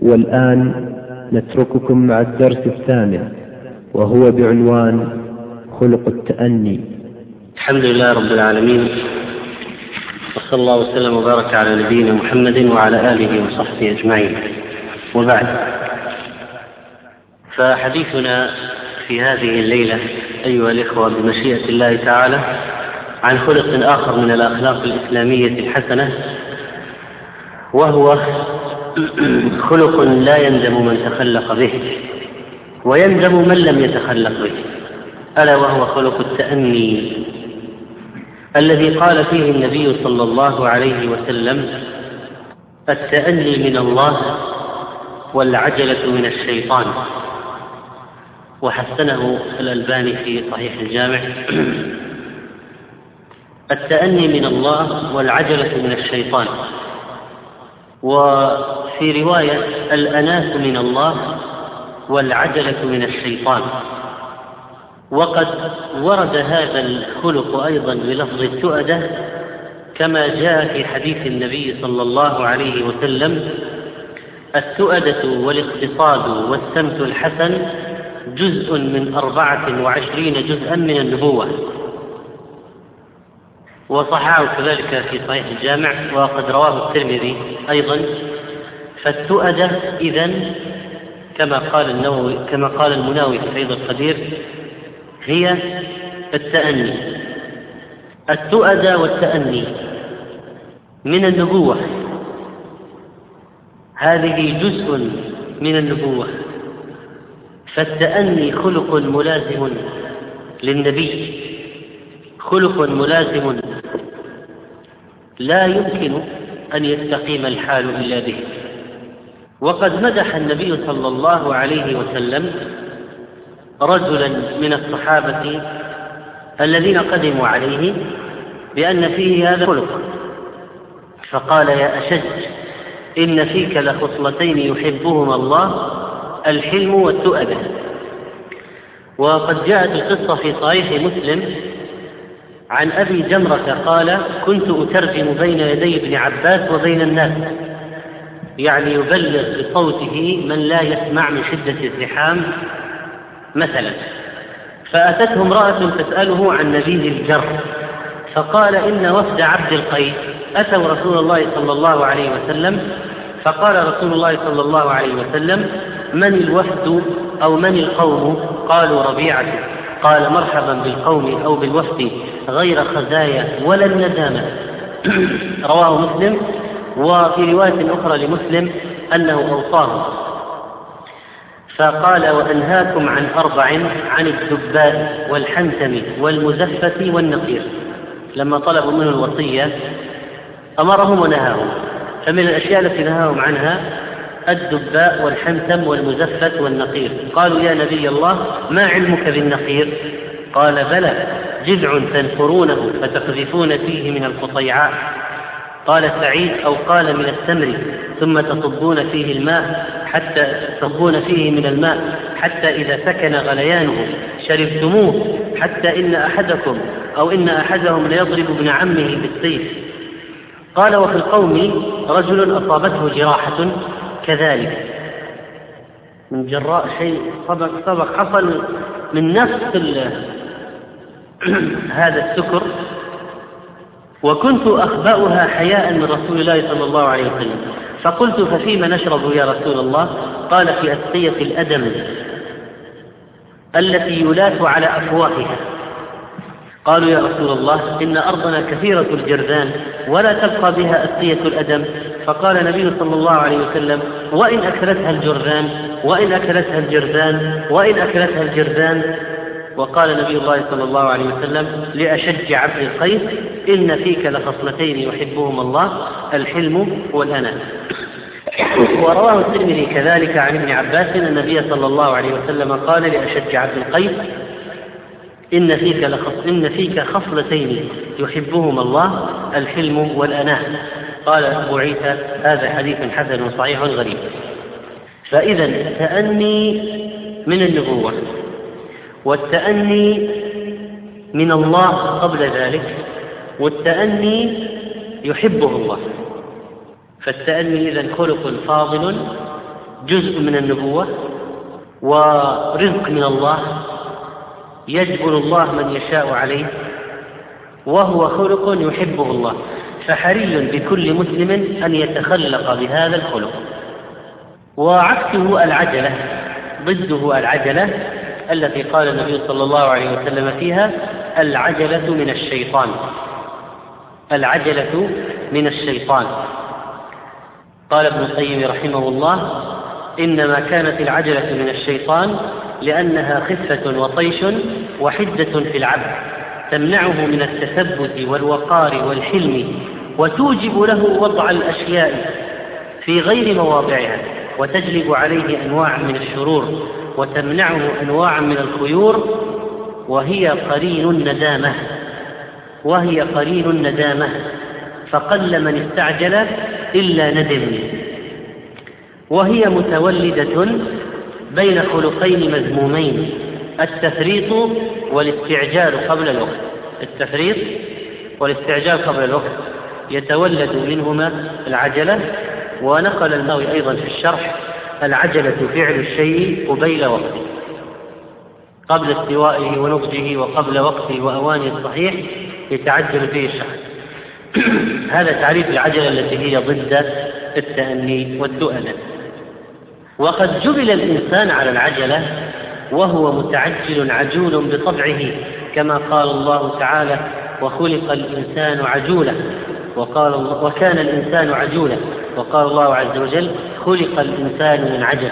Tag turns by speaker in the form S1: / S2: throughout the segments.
S1: والآن نترككم مع الدرس الثامن، وهو بعنوان خلق التأني.
S2: الحمد لله رب العالمين، وصلى الله وسلم وبارك على نبينا محمد وعلى آله وصحبه أجمعين، وبعد. فحديثنا في هذه الليلة أيها الإخوة بمشيئة الله تعالى عن خلق آخر من الأخلاق الإسلامية الحسنة، وهو خلق لا يندم من تخلق به ويندم من لم يتخلق به، ألا وهو خلق التأني الذي قال فيه النبي صلى الله عليه وسلم: التأني من الله والعجلة من الشيطان. وحسنه الألباني في صحيح الجامع. التأني من الله والعجلة من الشيطان. وفي رواية: الأناة من الله والعجلة من الشيطان. وقد ورد هذا الخلق أيضا بلفظ التؤدة كما جاء في حديث النبي صلى الله عليه وسلم: التؤدة والاقتصاد والسمت الحسن جزء من 24 جزءا من النبوة. وصححه كذلك في صحيح الجامع، وقد رواه الترمذي أيضا. فالتؤدة إذن كما قال المناوي في فيض القدير هي التأني. التؤدة والتأني من النبوة، هذه جزء من النبوة. فالتأني خلق ملازم للنبي، خلق ملازم لا يمكن أن يستقيم الحال إلا به. وقد مدح النبي صلى الله عليه وسلم رجلا من الصحابة الذين قدموا عليه بأن فيه هذا الخلق، فقال: يا أشج، إن فيك لخصلتين يحبهما الله، الحلم والتؤدة. وقد جاءت القصة في صحيح مسلم عن أبي جمرة قال: كنت أترجم بين يدي ابن عباس وبين الناس، يعني يبلغ بصوته من لا يسمع من شدة الزحام مثلا. فأتته امرأة تسأله عن نبيذ الجر، فقال: إن وفد عبد القيس أتوا رسول الله صلى الله عليه وسلم. فقال رسول الله صلى الله عليه وسلم: من الوفد أو من القوم؟ قالوا: ربيعة. قال: مرحبا بالقوم أو بالوفد غير خزايا ولا الندامة. رواه مسلم. وفي رواية أخرى لمسلم أنه أوصاه فقال: وأنهاكم عن 4: عن الدباء والحنتم والمزفة والنقير. لما طلبوا منه الوصية أمرهم ونهاهم. فمن الأشياء التي نهاهم عنها الدباء والحنتم والمزفة والنقير. قالوا: يا نبي الله، ما علمك بالنقير؟ قال: بلى، جذع تنفرونه فتقذفون فيه من القطيعاء. قال سعيد: أو قال من التمر، ثم تصبون فيه من الماء حتى إذا سكن غليانه شربتموه، حتى إن أحدهم ليضرب ابن عمه بالسيف. قال: وفي القوم رجل أصابته جراحة كذلك، من جراء شيء سبق حصل من نفس هذا السكر، وكنت أخبأها حياء من رسول الله صلى الله عليه وسلم. فقلت: ففيما نشرب يا رسول الله؟ قال: في أسقية الأدم التي يلات على أفواهها. قالوا: يا رسول الله، إن أرضنا كثيرة الجرذان ولا تبقى بها أسقية الأدم. فقال النبي صلى الله عليه وسلم: وإن أكلتها الجرذان، وإن أكلتها الجرذان، وإن أكلتها الجرذان. وقال نبي الله صلى الله عليه وسلم لأشج عبد القيس: إن فيك لخصلتين يحبهما الله، الحلم والأناة. ورواه الترمذي كذلك عن ابن عباس أن النبي صلى الله عليه وسلم قال لأشج عبد القيس: إن فيك خصلتين يحبهما الله، الحلم والأناة. قال أبو عيسى: هذا حديث حسن صحيح غريب. فإذا التأني من النبوة، والتأني من الله قبل ذلك، والتأني يحبه الله. فالتأني إذن خلق فاضل جزء من النبوة ورزق من الله يجبر الله من يشاء عليه، وهو خلق يحبه الله، فحري بكل مسلم أن يتخلق بهذا الخلق. وعكسه العجلة، ضده العجلة التي قال النبي صلى الله عليه وسلم فيها: العجلة من الشيطان، العجلة من الشيطان. قال ابن القيم رحمه الله: إنما كانت العجلة من الشيطان لأنها خفة وطيش وحدة في العبد، تمنعه من التثبت والوقار والحلم، وتوجب له وضع الأشياء في غير مواضعها، وتجلب عليه أنواع من الشرور، وتمنعه أنواع من الخيور، وهي قرين الندامة، فقل من استعجل إلا ندم. وهي متولدة بين خلقين مذمومين: التفريط والاستعجال قبل الوقت. التفريط والاستعجال قبل الوقت يتولد منهما العجلة. ونقل النووي أيضا في الشرح: العجلة فعل الشيء قبيل وقته، قبل استوائه ونضجه وقبل وقته وأوانه الصحيح يتعجل فيه الشخص. هذا تعريف العجلة التي هي ضد التأني والتؤنة. وقد جبل الإنسان على العجلة وهو متعجل عجول بطبعه، كما قال الله تعالى: وخلق الإنسان عجولا، وكان الإنسان عجولا. وقال الله عز وجل: خلق الإنسان من عجل.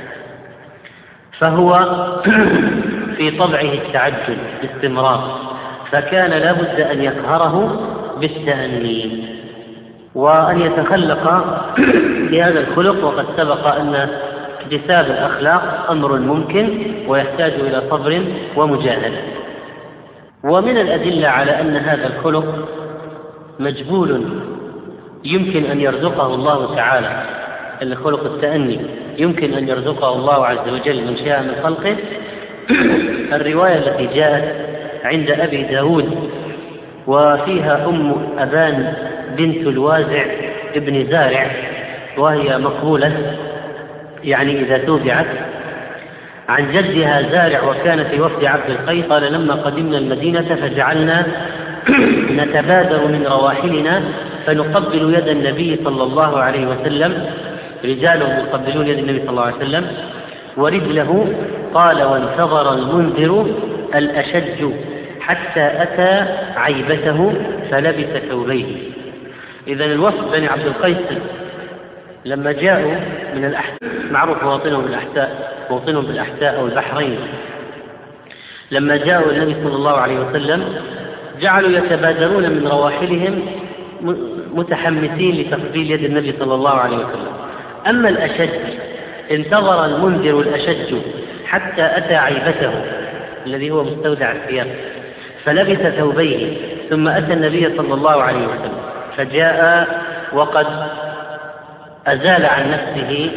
S2: فهو في طبعه التعجل باستمرار، فكان لا بد أن يقهره بالتأني وأن يتخلق بهذا الخلق. وقد سبق أن اكتساب الأخلاق أمر ممكن ويحتاج إلى صبر ومجاهدة. ومن الأدلة على أن هذا الخلق مجبول يمكن أن يرزقه الله تعالى، الخلق التأني يمكن أن يرزقه الله عز وجل من شاء من خلقه، الرواية التي جاءت عند أبي داود وفيها أم أبان بنت الوازع ابن زارع، وهي مقبولة يعني إذا توبعت، عن جدها زارع وكان في وفد عبد القيس قال: لما قدمنا المدينة فجعلنا نتبادر من رواحلنا فنقبل يد النبي صلى الله عليه وسلم، رجال يقبلون يد النبي صلى الله عليه وسلم ورجله. قال: وانتظر المنذر الأشج حتى أتى عيبته فلبس ثوبيه. إذن الوفد بني عبد القيس لما جاءوا من الأحساء، معروف موطنهم بالأحساء أو البحرين، لما جاءوا النبي صلى الله عليه وسلم جعلوا يتبادرون من رواحلهم متحمسين لتقبيل يد النبي صلى الله عليه وسلم. أما الأشج، انتظر المنذر الأشج حتى أتى عيبته الذي هو مستودع الثياب فلبس ثوبيه، ثم أتى النبي صلى الله عليه وسلم فجاء وقد أزال عن نفسه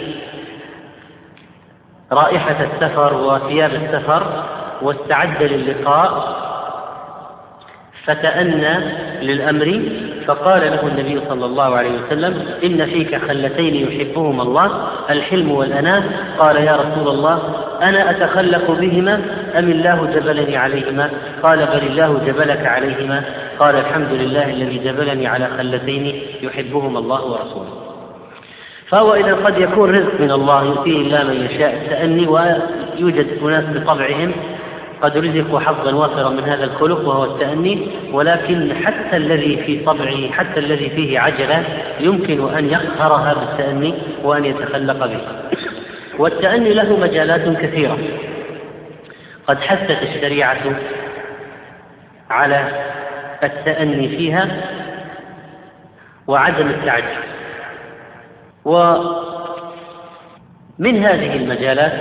S2: رائحة السفر وثياب السفر واستعد للقاء، فتأنى للأمر، فقال له النبي صلى الله عليه وسلم: إن فيك خلتين يحبهما الله، الحلم والأناة. قال: يا رسول الله، أنا أتخلق بهما أم الله جبلني عليهما؟ قال: بل الله جبلك عليهما. قال: الحمد لله الذي جبلني على خلتين يحبهما الله ورسوله. فهو إذا قد يكون رزق من الله يؤتيه الله من يشاء التأني، ويوجد أناس بطبعهم قد رزقوا حظا وافرا من هذا الخلق وهو التأني، ولكن حتى الذي في طبعه، حتى الذي فيه عجلة، يمكن أن يقهرها بالتأني وأن يتخلق به. والتأني له مجالات كثيرة قد حثت الشريعة على التأني فيها وعدم التعجل. ومن هذه المجالات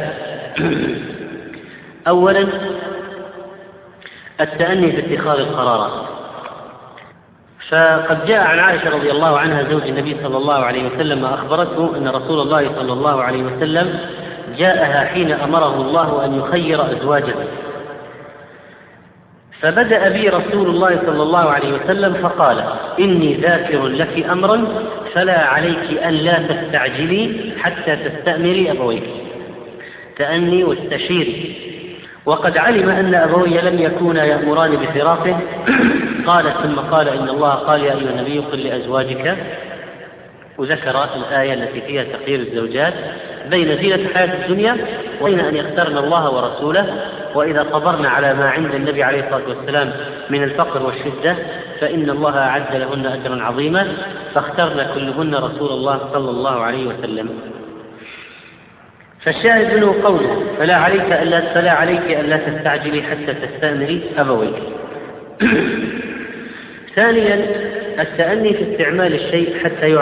S2: أولا التأني في اتخاذ القرارات. فقد جاء عن عائشة رضي الله عنها زوج النبي صلى الله عليه وسلم أخبرته أن رسول الله صلى الله عليه وسلم جاءها حين أمره الله أن يخير أزواجه، فبدأ بي رسول الله صلى الله عليه وسلم فقال: إني ذاكر لك أمرا فلا عليك أن لا تستعجلي حتى تستأمري أبويك، تأني واستشيري. وقد علم أن أبوي لم يكونا يأمران بفراقه. قال ثم قال إن الله قال يا أيها النبي قل لأزواجك، وذكر الآية التي فيها تخيير الزوجات بين زينة الحياة الدنيا وبين أن يختارن الله ورسوله، وإذا صبرنا على ما عند النبي عليه الصلاة والسلام من الفقر والشدة فإن الله أعد لهن أجرا عظيما، فاخترن كلهن رسول الله صلى الله عليه وسلم. فالشاهد منه قوله فلا عليك ألا تستعجلي حتى تستأمري أبويك. ثانيا التأني في استعمال الشيء حتى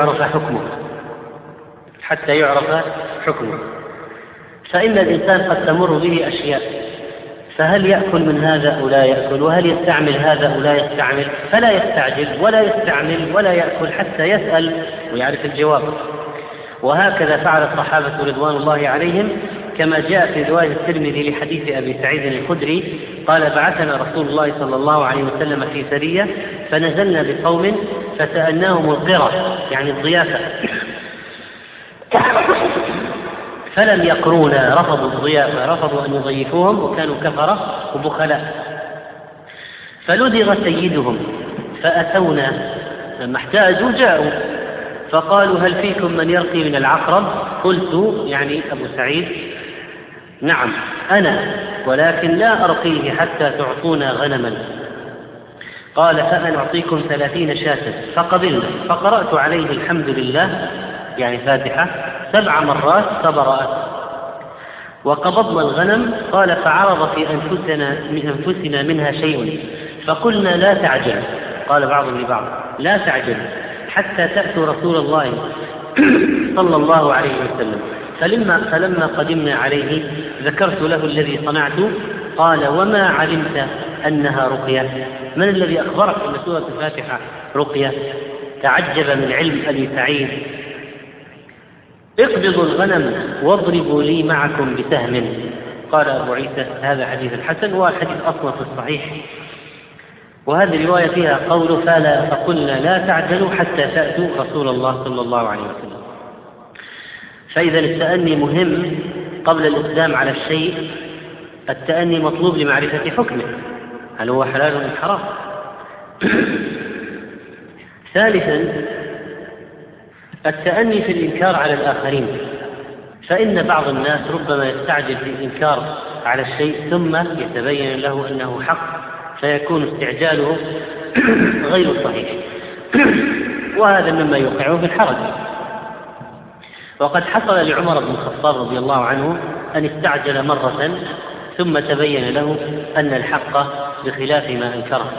S2: يعرف حكمه. فإن الإنسان قد تمر به أشياء، فهل يأكل من هذا أو لا يأكل، وهل يستعمل هذا أو لا يستعمل، فلا يستعجل ولا يستعمل ولا يأكل حتى يسأل ويعرف الجواب. وهكذا فعل الصحابة رضوان الله عليهم، كما جاء في رواية الترمذي لحديث أبي سعيد الخدري قال بعثنا رسول الله صلى الله عليه وسلم في سرية فنزلنا بقوم فسألناهم القرى يعني الضيافة فلم يقرونا، رفضوا الضيافة، رفضوا أن يضيفوهم وكانوا كفرة وبخلاء. فلدغ سيدهم فأتونا لما احتاجوا جاءوا فقالوا هل فيكم من يرقي من العقرب؟ قلت يعني أبو سعيد نعم أنا، ولكن لا أرقيه حتى تعطونا غنما. قال فأنا أعطيكم 30 شاة. فقبلنا، فقرأت عليه الحمد لله يعني فاتحة 7 مرات فبرأت. وقبضنا الغنم. قال فعرض في أنفسنا منها شيء فقلنا لا تعجل. قال بعضهم لبعض لا تعجل حتى تأتوا رسول الله صلى الله عليه وسلم. فلما قدمنا عليه ذكرت له الذي صنعت. قال وما علمت أنها رقية؟ من الذي أخبرك أن سورة الفاتحة رقية؟ تعجب من علم أبي سعيد. اقبضوا الغنم واضربوا لي معكم بسهم. قال أبو عيسى هذا حديث حسن، والحديث أصلا في الصحيح. وهذه الرواية فيها قول فقلنا لا تعجلوا حتى تأتوا رسول الله صلى الله عليه وسلم. فإذا التأني مهم قبل الإقدام على الشيء. التأني مطلوب لمعرفة حكمه، هل هو حلال أم حرام. ثالثا التأني في الإنكار على الآخرين. فإن بعض الناس ربما يستعجل في الإنكار على الشيء ثم يتبين له أنه حق فيكون استعجاله غير صحيح، وهذا مما يوقعه في الحرج. وقد حصل لعمر بن الخطاب رضي الله عنه أن استعجل مرة ثم تبين له أن الحق بخلاف ما أنكره.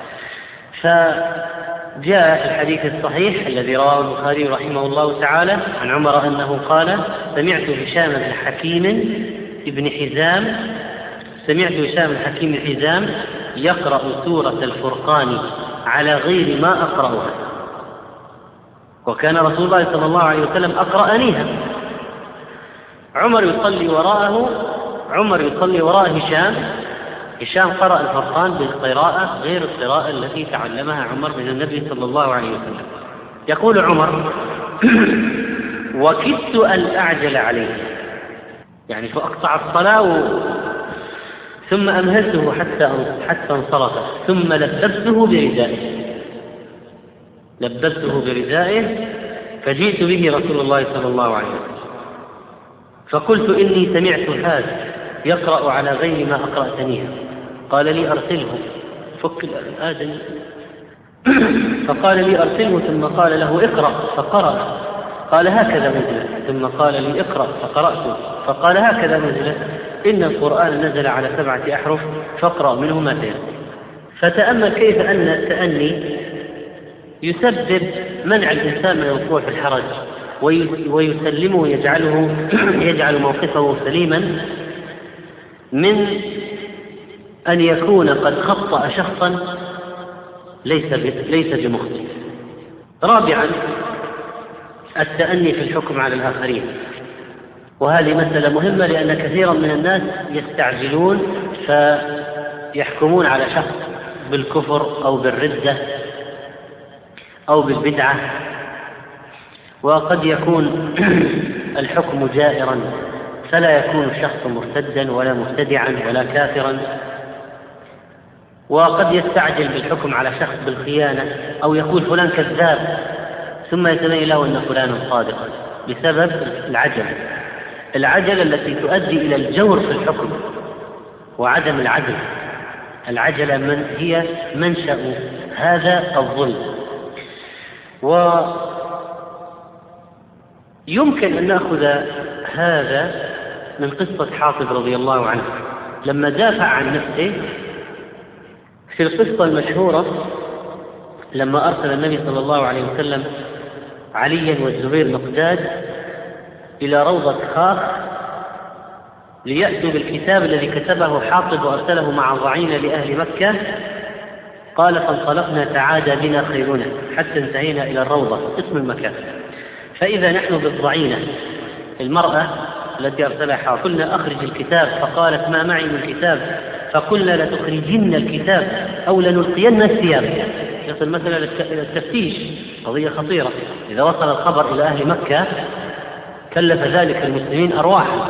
S2: فجاء في الحديث الصحيح الذي رواه البخاري رحمه الله تعالى عن عمر أنه قال سمعت هشام بن حكيم حزام يقرأ سورة الفرقان على غير ما أقرأها، وكان رسول الله صلى الله عليه وسلم أقرأنيها. عمر يصلي وراء هشام قرأ الفرقان بالقراءة غير القراءة التي تعلمها عمر من النبي صلى الله عليه وسلم. يقول عمر وكدت أن أعجل عليه، يعني فأقطع الصلاة ثم أمهلته حتى انصرف، ثم لبسته بردائه فجئت به رسول الله صلى الله عليه وسلم فقلت إني سمعت هذا يقرأ على غير ما أقرأتنيها. قال لي أرسله، فك الآدم. فقال لي أرسله ثم قال له اقرأ فقرأ. قال هكذا نزلت. ثم قال لي اقرأ فقرأت. فقال هكذا نزلت إن القرآن نزل على 7 أحرف فاقرأ منه ما تيسر. فتأمل كيف أن التأني يسبب منع الإنسان من الوقوع في الحرج ويسلمه ويجعل موقفه سليما من أن يكون قد خطأ شخصا ليس بمخطئ. رابعا التأني في الحكم على الآخرين، وهذه مسألة مهمة لأن كثيرا من الناس يستعجلون فيحكمون على شخص بالكفر أو بالردة أو بالبدعة وقد يكون الحكم جائرا فلا يكون الشخص مرتدا ولا مبتدعا ولا كافرا، وقد يستعجل بالحكم على شخص بالخيانة أو يقول فلان كذاب ثم يتبين له أن فلانا صادقا بسبب العجلة التي تؤدي إلى الجور في الحكم وعدم العدل. العجلة هي منشأ هذا الظلم. ويمكن أن نأخذ هذا من قصة حاطب رضي الله عنه لما دافع عن نفسه في القصة المشهورة لما أرسل النبي صلى الله عليه وسلم عليا والزبير مقداد إلى روضة خاخ ليأتوا بالكتاب الذي كتبه حاطب وأرسله مع ضعين لأهل مكة. قال فانطلقنا تعادى بنا خيرنا حتى انتهينا إلى الروضة اسم المكان، فإذا نحن بالضعينة المرأة التي أرسلها حاطب. قلنا أخرج الكتاب فقالت ما معي من كتاب، فقلنا لتخرجن الكتاب أو لنلقين الثياب. يصل مثلا التفتيش قضية خطيرة، إذا وصل الخبر إلى أهل مكة كلف ذلك المسلمين أرواحا.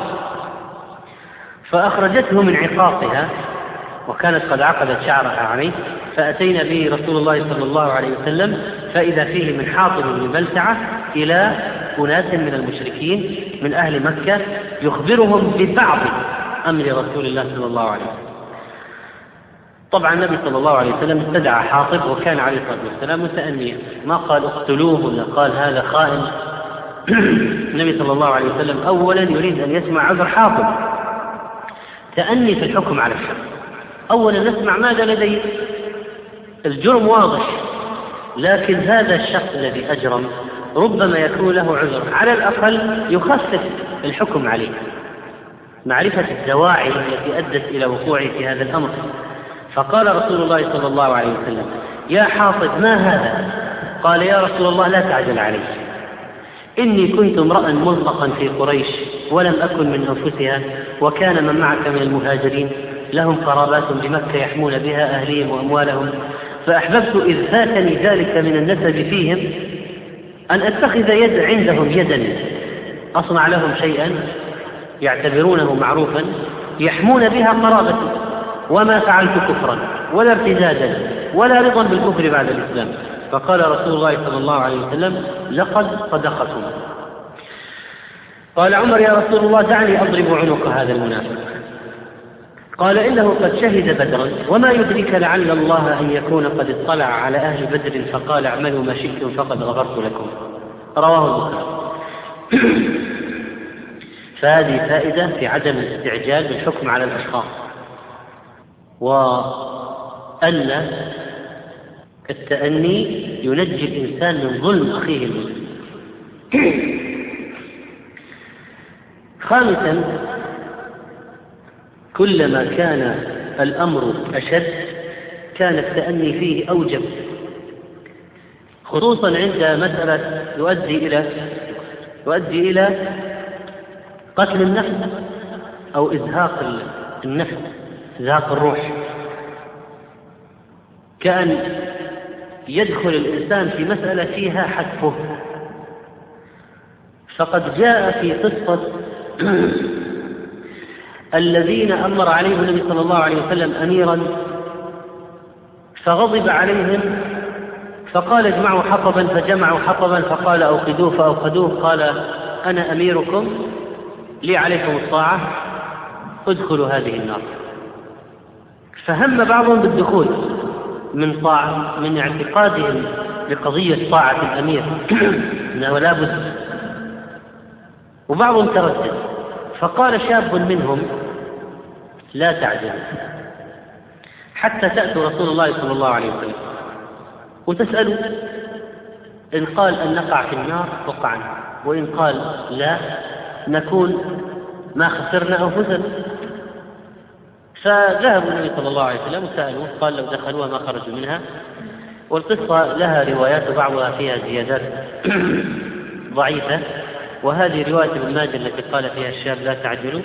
S2: فأخرجته من عقاقها وكانت قد عقدت شعرها عليه، فأتينا به رسول الله صلى الله عليه وسلم فإذا فيه من حاطب بن بلتعة إلى أناس من المشركين من أهل مكة يخبرهم ببعض أمر رسول الله صلى الله عليه وسلم. طبعا النبي صلى الله عليه وسلم استدعى حاطب وكان عليه الصلاة والسلام متأنيا، ما قال اقتلوه ولا قال هذا خائن. النبي صلى الله عليه وسلم أولا يريد أن يسمع عذر حاطب، تأني في الحكم على الشخص. أولا نسمع ماذا لديه، الجرم واضح لكن هذا الشخص الذي أجرم ربما يكون له عذر، على الأقل يخفف الحكم عليه، معرفة الدواعي التي أدت إلى وقوعه في هذا الأمر. فقال رسول الله صلى الله عليه وسلم يا حاطب ما هذا؟ قال يا رسول الله لا تعجل علي، إني كنت امرأ ملطقا في قريش ولم أكن من أنفسها، وكان من معك من المهاجرين لهم قرابات بمكة يحمون بها أهليهم وأموالهم، فأحببت إذ فاتني ذلك من النسب فيهم أن أتخذ يد عندهم يدا أصنع لهم شيئا يعتبرونه معروفا يحمون بها قرابتي، وما فعلت كفرا ولا ارتدادا ولا رضا بالكفر بعد الإسلام. فقال رسول الله صلى الله عليه وسلم لقد صدقتم. قال عمر يا رسول الله دعني أضرب عنق هذا المنافق. قال إنه قد شهد بدرا وما يدرك لعل الله أن يكون قد اطلع على أهل بدر فقال اعملوا ما شئتم فقد غفرت لكم. رواه البخاري. فهذه فائدة في عدم الاستعجال بالحكم على الأشخاص، وأن التأني ينجي الإنسان من ظلم أخيه المسلم. خامسا كلما كان الأمر أشد كان التأني فيه أوجب، خصوصا عند مسألة يؤدي إلى قتل النفس أو إزهاق النفس، إزهاق الروح، كأن يدخل الإنسان في مسألة فيها حتفه. فقد جاء في قصة الذين أمر عليهم النبي صلى الله عليه وسلم أميرا فغضب عليهم فقال اجمعوا حطبا، فجمعوا حطبا فقال أوقدوه فأوقدوه، قال أنا أميركم لي عليكم الطاعة ادخلوا هذه النار. فهم بعضهم بالدخول من اعتقادهم بقضية طاعة الأمير أنه لا بد، وبعضهم تردد. فقال شاب منهم لا تعجلوا حتى تأتوا رسول الله صلى الله عليه وسلم وتسألوا، إن قال أن نقع في النار وقعنا، وإن قال لا نكون ما خسرنا أنفسنا. فذهبوا النبي صلى الله عليه وسلم وسألوه، قال لو دخلوها ما خرجوا منها. والقصة لها روايات بعضها فيها زيادات ضعيفة، وهذه رواية ابن ماجه التي قال فيها الشاب لا تعجلوا.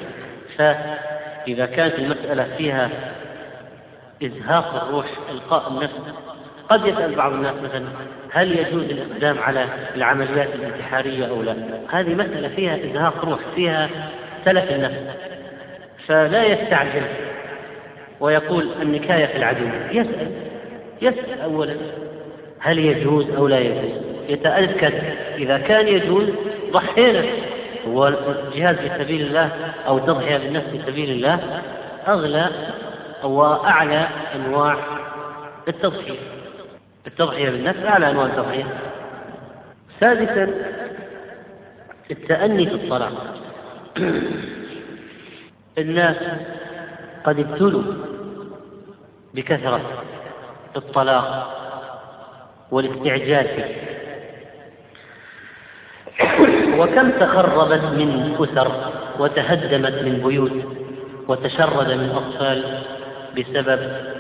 S2: فإذا كانت المسألة فيها إزهاق الروح، إلقاء النفس قد يسأل بعض الناس مثلا هل يجوز الإقدام على العمليات الانتحارية أو لا؟ هذه مسألة فيها إزهاق روح، فيها تلف النفس، فلا يستعجل ويقول النكاية في العدو. يسأل أولا هل يجوز أو لا يجوز، يتأكد إذا كان يجوز ضحينا. والجهاد في سبيل الله أو تضحية بالنفس في سبيل الله أغلى وأعلى أنواع التضحية. التضحية بالنفس أعلى أنواع التضحية. سادسا التأني في الطلاق. الناس قد ابتلوا بكثرة الطلاق والاستعجال فيه، وكم تخربت من أسر وتهدمت من بيوت وتشرد من أطفال بسبب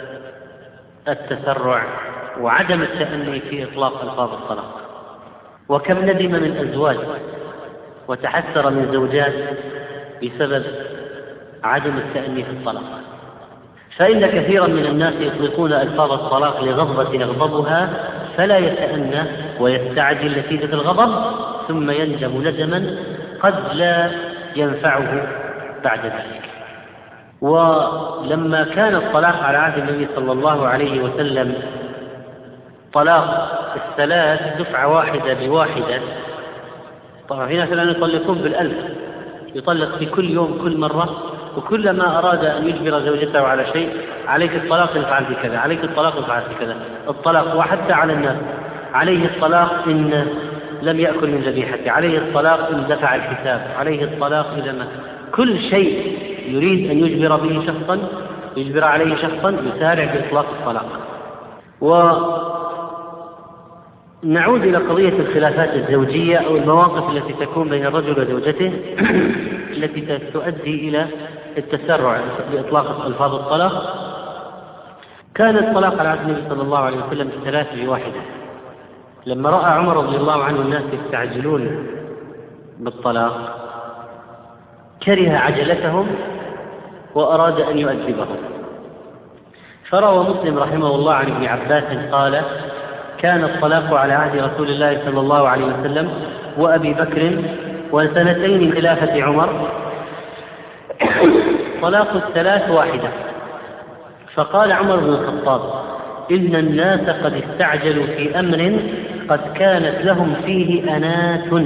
S2: التسرع وعدم التأني في إطلاق ألفاظ الطلاق. وكم ندم من أزواج وتحسر من زوجات بسبب عدم التأني في الطلاق. فإن كثيرا من الناس يطلقون ألفاظ الطلاق لغضبة يغضبها فلا يتأنى ويستعجل نتيجة الغضب، ثم يندم ندما قد لا ينفعه بعد ذلك. ولما كان الطلاق على عهد النبي صلى الله عليه وسلم طلاق الثلاث دفعة واحدة بواحدة، طبعا في ناس الآن يطلقون بالألف، يطلق في كل يوم كل مرة، وكلما أراد أن يجبر زوجته على شيء عليك الطلاق إن فعلت كذا، عليك الطلاق إن فعلت كذا، الطلاق. وحتى على الناس عليه الطلاق إن لم يأكل من ذبيحته، عليه الطلاق إن دفع الحساب، عليه الطلاق إذا ما، كل شيء يريد أن يجبر به شخصا، يجبر عليه شخصا، يسارع بإطلاق الطلاق. ونعود إلى قضية الخلافات الزوجية أو المواقف التي تكون بين الرجل وزوجته التي تؤدي إلى التسرع بإطلاق ألفاظ الطلاق. كان الطلاق على عهد النبي صلى الله عليه وسلم الثلاث بواحدة. لما رأى عمر رضي الله عنه الناس يستعجلون بالطلاق كره عجلتهم وأراد أن يؤدبهم. فروى مسلم رحمه الله عن ابن عباس قال: كان الطلاق على عهد رسول الله صلى الله عليه وسلم وأبي بكر وسنتين من خلافة عمر طلاق الثلاث واحدة. فقال عمر بن الخطاب: إن الناس قد استعجلوا في أمر قد كانت لهم فيه أنات.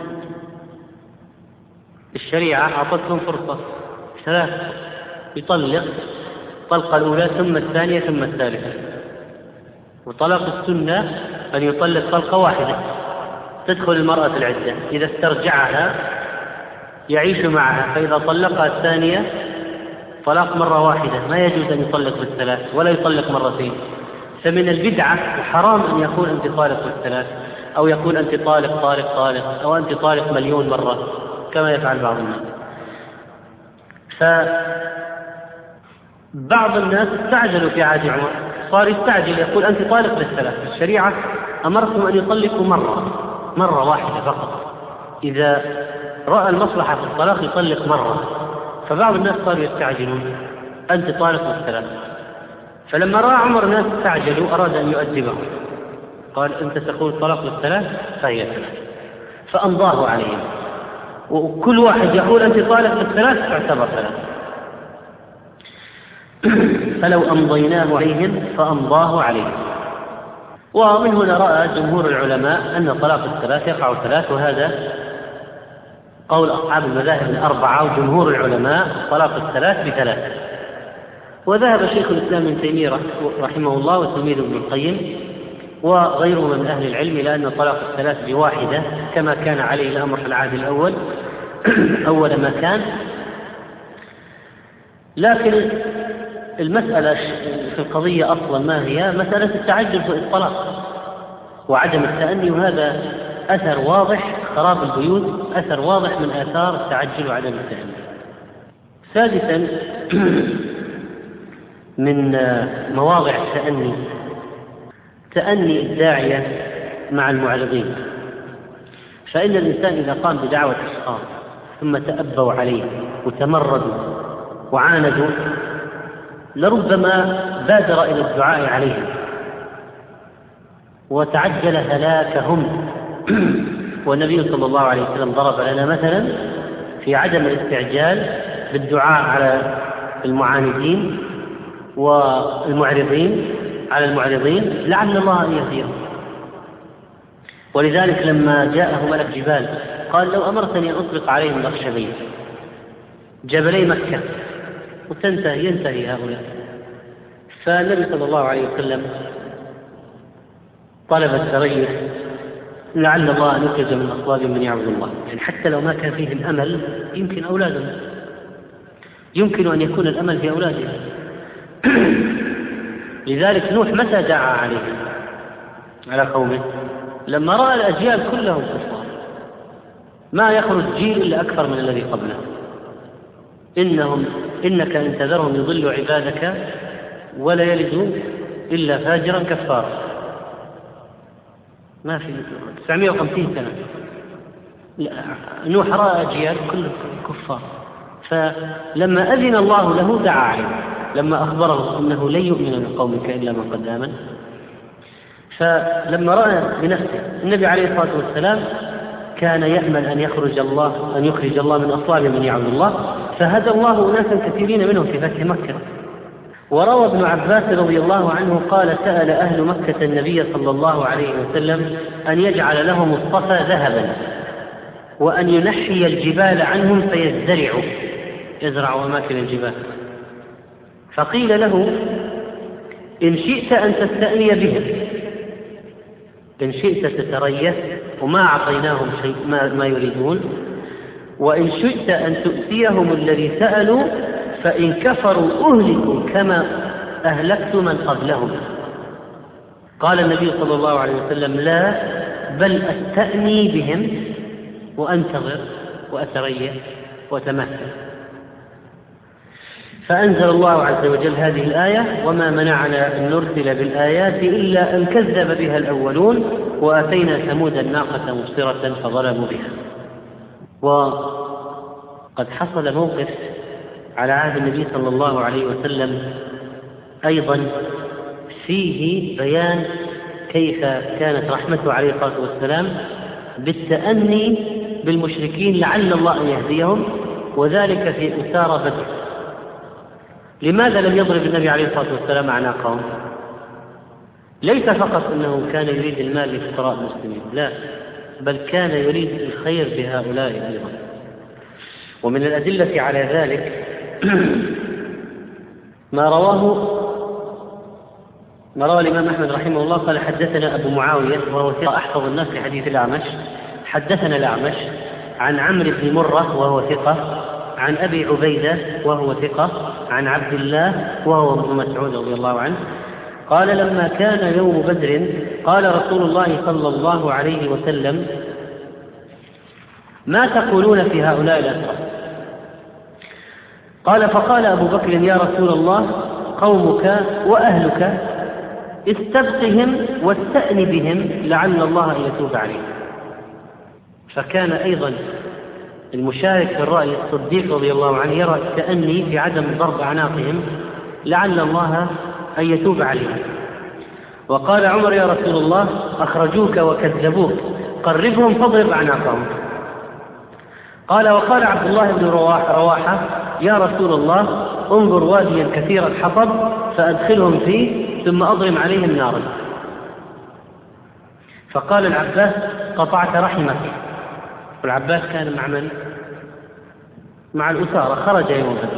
S2: الشريعة أعطتهم فرصة ثلاث، يطلق الطلقة الأولى ثم الثانية ثم الثالثة. وطلاق السنة أن يطلق طلقة واحدة تدخل المرأة في العدة، إذا استرجعها يعيش معها، فإذا طلقها الثانية طلاق مرة واحدة، ما يجوز أن يطلق بالثلاث ولا يطلق مرتين. فمن البدعة وحرام أن يقول أنت طالق بالثلاث، أو يقول أنت طالق طالق طالق، أو أنت طالق مليون مرة كما يفعل بعض الناس. فبعض الناس استعجلوا في عهد عمر، صار يستعجل يقول أنت طالق بالثلاث. الشريعة أمرتم أن يطلقوا مرة واحدة فقط، إذا رأى المصلحة في الطلاق يطلق مرة. فبعض الناس صاروا يستعجلون أنت طالق بالثلاث. فلما رأى عمر الناس استعجلوا أراد أن يؤدبهم، قال: أنت تقول طلاق بالثلاث فهي ثلاث، فأمضاه عليهم. وكل واحد يقول أنت طالق بالثلاث تعتبر ثلاث. فلو أمضيناه عليهم فأمضاه عليهم. ومن هنا رأى جمهور العلماء أن طلاق الثلاث يقع ثلاث، وهذا قول أصحاب المذاهب الأربعة وجمهور العلماء طلاق الثلاث بثلاث. وذهب شيخ الإسلام ابن تيمية رحمه الله وتلميذ ابن القيم وغيره من أهل العلم إلى أن طلاق الثلاث بواحدة كما كان عليه الأمر في العهد الأول أول ما كان. لكن المسألة في القضية أصلا ما هي؟ مسألة التعجل في الطلاق وعدم التأني، وهذا أثر واضح، خراب البيوت أثر واضح من آثار التعجل وعدم التأني. سادسا من مواضع التأني تأني الداعية مع المعرضين. فإن الإنسان إذا قام بدعوة أشخاص ثم تأبوا عليه وتمردوا وعاندوا لربما بادر إلى الدعاء عليهم وتعجل هلاكهم. والنبي صلى الله عليه وسلم ضرب لنا مثلا في عدم الاستعجال بالدعاء على المعاندين والمعرضين على المعرضين لعل الله أن يهديهم. ولذلك لما جاءه ملك جبال قال لو أمرتني أن أطلق عليهم الأخشبين جبلي مكة ينتهي هؤلاء. فالنبي صلى الله عليه وسلم طلب التريث لعل الله أن يخرج من أصلاب من يعبد الله، يعني حتى لو ما كان فيهم أمل يمكن أولادهم، يمكن أن يكون الأمل في أولادهم. لذلك نوح متى دعا عليهم على قومه؟ لما رأى الأجيال كلهم كفار، ما يخرج جيل إلا أكثر من الذي قبله. إنك إن تذرهم يضلوا عبادك ولا يلدوا إلا فاجرا كفارا. ما في 950 سنة نوح رأى أجيال كلهم كفار، فلما أذن الله له دعا عليه، لما أخبره أنه لن يؤمن من قومك إلا من قد آمن. فلما رأى بنفسه النبي عليه الصلاة والسلام كان يأمل أن يخرج الله من أصلاب من يعبد الله، فهدى الله أناسا كثيرين منهم في فتح مكة. وروى ابن عباس رضي الله عنه قال سأل أهل مكة النبي صلى الله عليه وسلم أن يجعل لهم الصفا ذهبا وأن ينحي الجبال عنهم فيزرعوا، يزرعوا أماكن الجبال. فقيل له إن شئت أن تستأني بهم، إن شئت تتريث وما أعطيناهم شيء ما يريدون، وإن شئت أن تؤتيهم الذي سألوا، فإن كفروا أهلكوا كما أهلكت من قبلهم. قال النبي صلى الله عليه وسلم لا، بل أستأني بهم وأنتظر وأتريث وأتمثل. فأنزل الله عز وجل هذه الآية وما منعنا أن نرسل بالآيات إلا أن كذب بها الأولون وآتينا ثمود الناقة مبصرة فظلموا بها. وقد حصل موقف على عهد النبي صلى الله عليه وسلم أيضا فيه بيان كيف كانت رحمته عليه الصلاة والسلام بالتأني بالمشركين لعل الله أن يهديهم، وذلك في أسارى بدر. لماذا لم يضرب النبي عليه الصلاة والسلام أعناقهم؟ ليس فقط أنه كان يريد المال لفقراء المسلمين، لا، بل كان يريد الخير بهؤلاء أيضا. ومن الأدلة على ذلك ما روى الإمام أحمد رحمه الله قال حدثنا أبو معاوية وهو ثقة أحفظ الناس لحديث الأعمش، حدثنا الأعمش عن عمرو بن مرة وهو ثقة، عن أبي عبيدة وهو ثقة، عن عبد الله وهو ابن مسعود رضي الله عنه قال لما كان يوم بدر قال رسول الله صلى الله عليه وسلم ما تقولون في هؤلاء الأسرى؟ قال فقال أبو بكر يا رسول الله قومك وأهلك استبقهم واستأن بهم لعل الله أن يتوب عليهم. فكان أيضا المشارك في الرأي الصديق رضي الله عنه يرى التأني في عدم ضرب أعناقهم لعل الله أن يتوب عليهم. وقال عمر يا رسول الله أخرجوك وكذبوك قربهم فاضرب أعناقهم. قال وقال عبد الله بن رواحة يا رسول الله انظر واديا كثير الحطب فأدخلهم فيه ثم أضرم عليهم نارا. فقال العباس قطعت رحمك. والعباس كان مع من؟ مع الأسارة، خرج يوم بدر.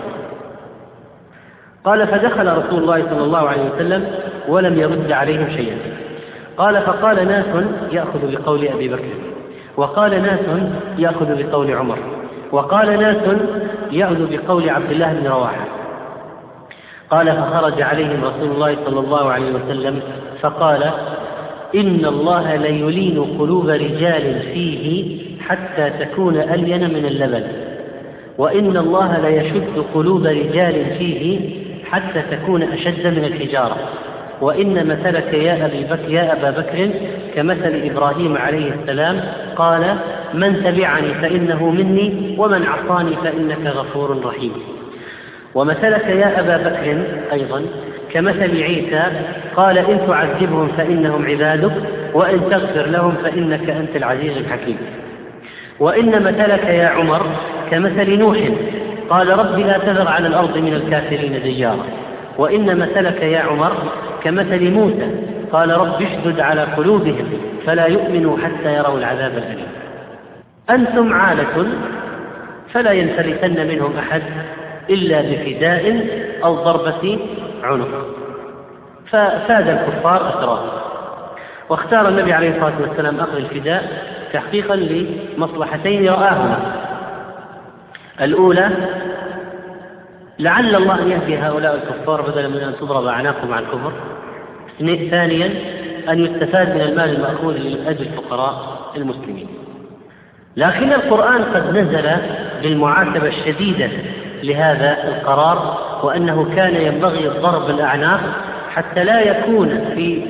S2: قال فدخل رسول الله صلى الله عليه وسلم ولم يرد عليهم شيئا. قال فقال ناس يأخذ بقول أبي بكر، وقال ناس يأخذ بقول عمر، وقال ناس يأخذ بقول عبد الله بن رواحة. قال فخرج عليهم رسول الله صلى الله عليه وسلم فقال إن الله ليلين قلوب رجال فيه حتى تكون ألين من اللبن، وإن الله ليشد قلوب رجال فيه حتى تكون أشد من الحجارة، وإن مثلك يا أبا بكر كمثل إبراهيم عليه السلام قال من تبعني فإنه مني ومن عصاني فإنك غفور رحيم. ومثلك يا أبا بكر أيضا كمثل عيسى قال إن تعذبهم فإنهم عبادك وإن تغفر لهم فإنك أنت العزيز الحكيم. وإن مثلك يا عمر كمثل نوح قال رب لا تذر على الأرض من الكافرين ديارا. وإن مثلك يا عمر كمثل موسى قال رب اشدد على قلوبهم فلا يؤمنوا حتى يروا العذاب الأليم. أنتم عالة فلا ينفلتن منهم أحد إلا بفداء أو ضربة عنق. ففاد الكفار أسرار، واختار النبي عليه الصلاة والسلام أخذ الفداء تحقيقا لمصلحتين رآهما. الأولى لعل الله أن يهدي هؤلاء الكفار بدلا من أن تضرب أعناقهم على الكفر. ثانيا أن يستفاد من المال المأخوذ لأجل فقراء المسلمين. لكن القرآن قد نزل بالمعاتبة الشديدة لهذا القرار، وأنه كان ينبغي ضرب الأعناق حتى لا يكون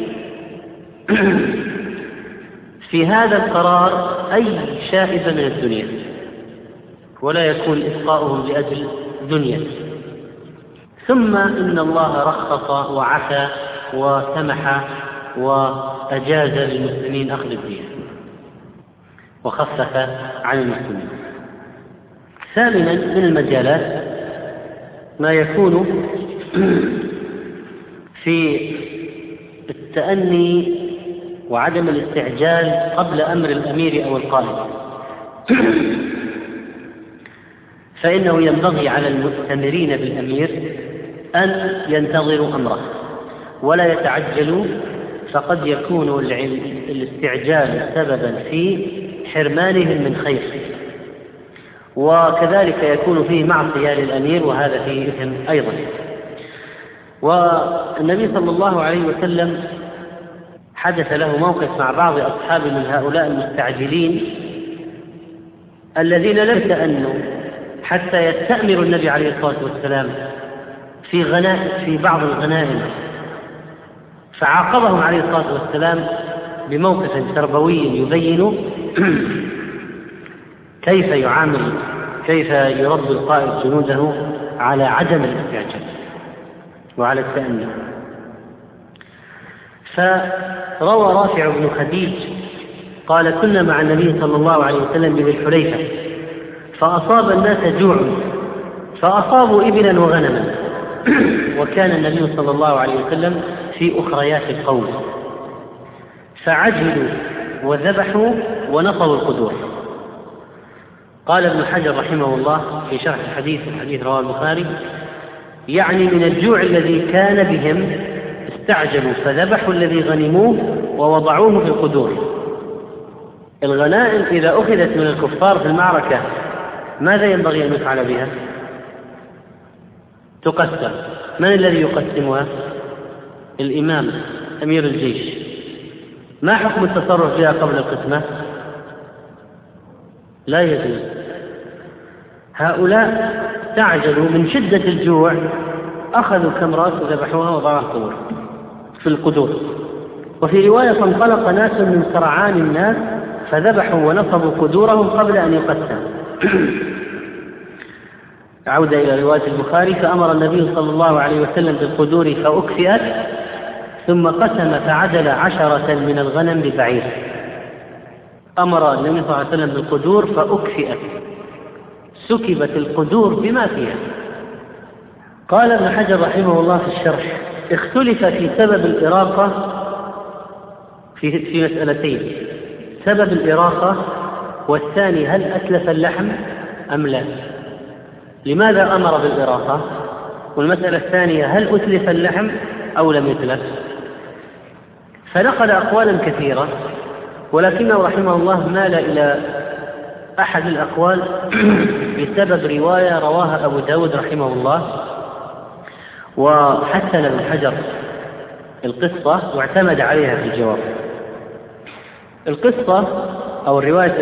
S2: في هذا القرار أي شائبة من الدنيا، ولا يكون إسقاؤهم لأجل دنيا. ثم إن الله رخص وعفى وسمح وأجاز للمسلمين أخذ الدية وخفف عن المسلمين. ثامنا من المجالات ما يكون في التأني وعدم الاستعجال قبل أمر الأمير أو القائد. فإنه ينبغي على المؤتمرين بالأمير أن ينتظروا أمره ولا يتعجلوا، فقد يكون الاستعجال سببا في حرمانهم من خير، وكذلك يكون فيه معصية للأمير، وهذا فيه إثم أيضا. والنبي صلى الله عليه وسلم حدث له موقف مع بعض أصحابه من هؤلاء المستعجلين الذين لم يتأنوا حتى يستأمر النبي عليه الصلاة والسلام في بعض الغنائم، فعاقبهم عليه الصلاة والسلام بموقف تربوي يبين كيف يربي القائد جنوده على عدم الاستعجال وعلى التأني. فروى رافع بن خديج قال كنا مع النبي صلى الله عليه وسلم بذي الحليفة فأصاب الناس جوع فأصابوا إبلا وغنما، وكان النبي صلى الله عليه وسلم في أخريات القوم، فعجلوا وذبحوا ونصروا القدور. قال ابن حجر رحمه الله في شرح الحديث رواه البخاري يعني من الجوع الذي كان بهم استعجلوا فذبحوا الذي غنموه ووضعوه في القدور. الغنائم إذا أخذت من الكفار في المعركة ماذا ينبغي أن يفعل بها؟ تقسم. من الذي يقسمها؟ الإمام أمير الجيش. ما حكم التصرف فيها قبل القسمة؟ لا يجوز. هؤلاء استعجلوا من شدة الجوع، أخذوا كمرات وذبحوها وضعوها في القدور. وفي رواية انطلق ناس من سرعان الناس فذبحوا ونصبوا قدورهم قبل أن يقسم. عودة إلى رواية البخاري فأمر النبي صلى الله عليه وسلم بالقدور فأكفئت ثم قسم فعدل 10 من الغنم ببعير. أمر النبي صلى الله عليه وسلم بالقدور فأكفئت، سكبت القدور بما فيها. قال ابن حجر رحمه الله في الشرح اختلف في سبب الإراقة في مسألتين: سبب الإراقة، والثاني هل أتلف اللحم أم لا. لماذا أمر بالإراقة؟ والمسألة الثانية هل أتلف اللحم أو لم يتلف. فنقل أقوالا كثيرة، ولكنه رحمه الله مال إلى أحد الأقوال بسبب رواية رواها أبو داود رحمه الله، وحسن ابن حجر القصة واعتمد عليها في الجواب. القصة أو رواية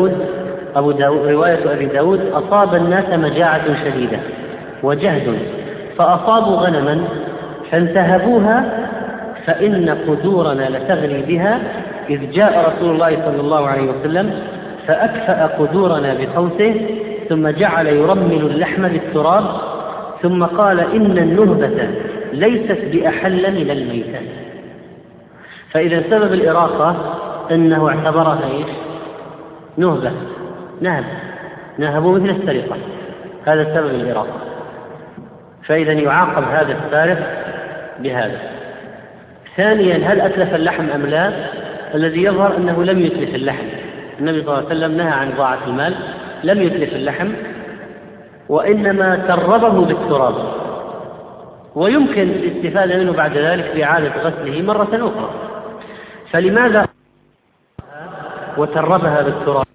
S2: رواية أبي داود أصاب الناس مجاعة شديدة وجهد فأصابوا غنما فانتهبوها فإن قدورنا لتغلي بها، إذ جاء رسول الله صلى الله عليه وسلم فأكفأ قدورنا بقوسه ثم جعل يرمل اللحم بالتراب ثم قال إن النهبة ليست بأحل من الميتة. فإذا سبب الإراقة إنه اعتبرها إيش؟ نهبة، نهبوا مثل السرقة، هذا سبب الإراقة. فإذا يعاقب هذا السارق بهذا. ثانيا، هل أتلف اللحم أم لا؟ الذي يظهر أنه لم يتلف اللحم. النبي صلى الله عليه وسلم نهى عن ضاعة المال، لم يتلف اللحم، وإنما تربه بالتراب، ويمكن الاستفادة منه بعد ذلك بإعادة غسله مرة أخرى. فلماذا وتربها بالتراب؟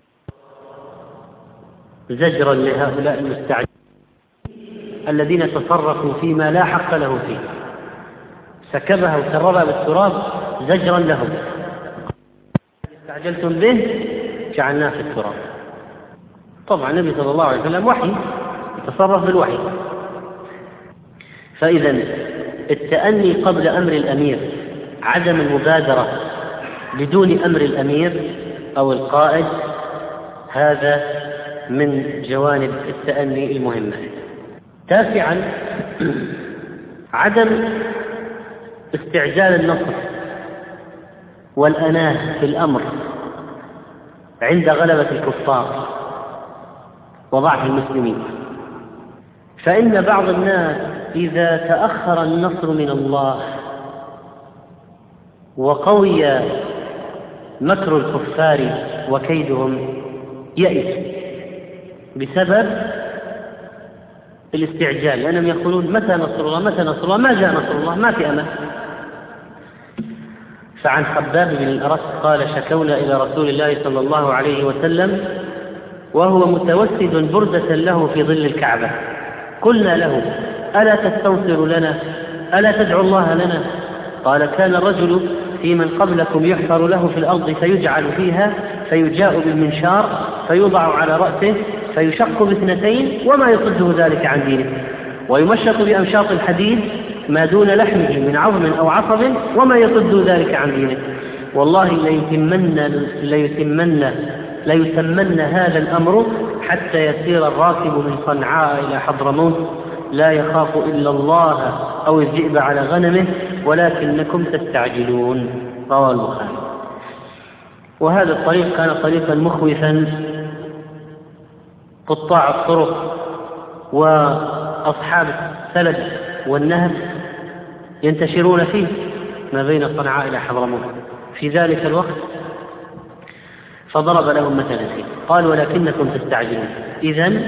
S2: زجرا لهؤلاء المستعجلين الذين تصرفوا فيما لا حق له فيه، سكبها وتربها بالتراب زجرا لهم. استعجلتم به جعلناه في التراب. طبعا النبي صلى الله عليه وسلم وحي، يتصرف بالوحي. فإذا التأني قبل أمر الأمير، عدم المبادرة بدون أمر الأمير أو القائد، هذا من جوانب التأني المهمة. تاسعا، عدم استعجال النصر والأناه في الأمر عند غلبة الكفار وضعف المسلمين. فإن بعض الناس إذا تأخر النصر من الله وقوي مكر الكفار وكيدهم يئس بسبب الاستعجال، لأنهم يقولون متى نصر الله، متى نصر الله، ما جاء نصر الله، ما في أمل. فعن خباب بن الأرت قال: شكونا إلى رسول الله صلى الله عليه وسلم وهو متوسد بردة له في ظل الكعبة، قلنا له: ألا تستنصر لنا؟ ألا تدعو الله لنا؟ قال: كان الرجل في من قبلكم يحفر له في الأرض فيجعل فيها، فيجاء بالمنشار فيوضع على رأسه فيشق باثنتين وما يصده ذلك عن دينه، ويمشط بأمشاط الحديد ما دون لحمه من عظم أو عصب وما يصد ذلك عن دينه. والله ليتمن هذا الأمر حتى يسير الراكب من صنعاء إلى حضرموت لا يخاف إلا الله أو الذئب على غنمه ولكنكم تستعجلون. رواه البخاري. وهذا الطريق كان طريقا مخوفا، قطاع الطرق وأصحاب السلب والنهب ينتشرون فيه ما بين صنعاء إلى حضرموت في ذلك الوقت، فضرب لهم مثلا فيه قال: ولكنكم تستعجلون. إذن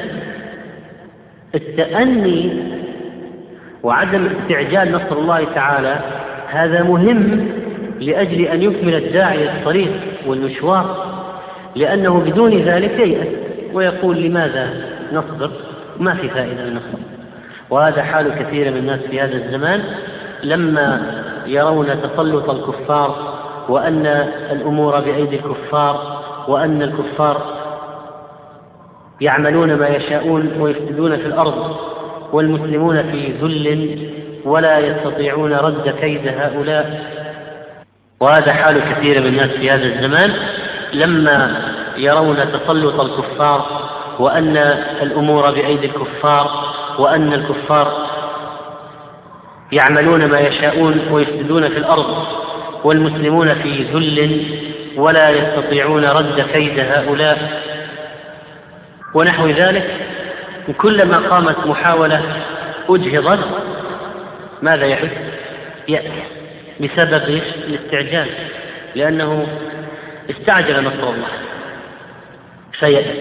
S2: التأني وعدم استعجال نصر الله تعالى هذا مهم لأجل أن يكمل الداعي الطريق والمشوار، لأنه بدون ذلك ييأس ويقول: لماذا نصبر؟ ما في فائدة من نصبر. وهذا حال كثير من الناس في هذا الزمان لما يرون تسلط الكفار وأن الأمور بأيدي الكفار وأن الكفار يعملون ما يشاءون ويفسدون في الأرض والمسلمون في ذل ولا يستطيعون رد كيد هؤلاء. وهذا حال كثير من الناس في هذا الزمان لما يرون تسلط الكفار وأن الأمور بأيدي الكفار وأن الكفار يعملون ما يشاءون ويفسدون في الأرض والمسلمون في ذل ولا يستطيعون رد كيد هؤلاء ونحو ذلك. كلما قامت محاولة أجهضت ماذا يحدث؟ يأتي بسبب الاستعجال، لأنه استعجل نصر الله فيأتي.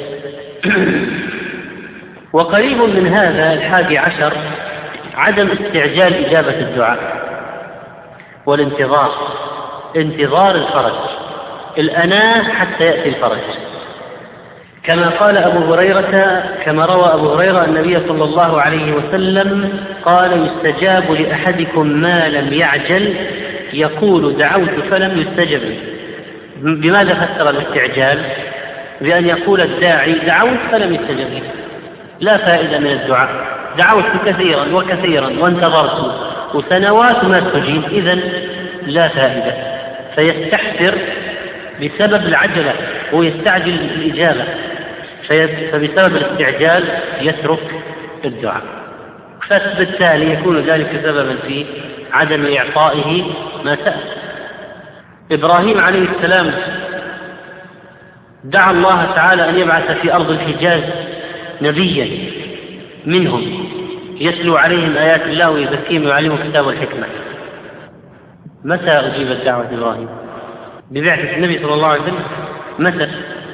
S2: وقريب من هذا 11 عدم استعجال إجابة الدعاء والانتظار، انتظار الفرج، الأناة حتى يأتي الفرج. كما قال أبو هريرة، كما روى أبو هريرة النبي صلى الله عليه وسلم قال: يستجاب لأحدكم ما لم يعجل، يقول: دعوت فلم يستجب لي. بماذا فسر الاستعجال؟ بأن يقول الداعي: دعوت فلم يستجب لي، لا فائدة من الدعاء، دعوت كثيرا وكثيرا وانتظرت وسنوات ما استجيب، إذن لا فائدة. فيستحسر بسبب العجلة ويستعجل الإجابة، فبسبب الاستعجال يترك الدعاء، فبالتالي يكون ذلك سببا في عدم إعطائه ما سأل. إبراهيم عليه السلام دعا الله تعالى أن يبعث في أرض الحجاز نبيا منهم يتلو عليهم آيات الله ويزكيهم ويعلمهم الكتاب والحكمة. متى أجيبت دعوة إبراهيم؟ ببعثة النبي صلى الله عليه وسلم. متى؟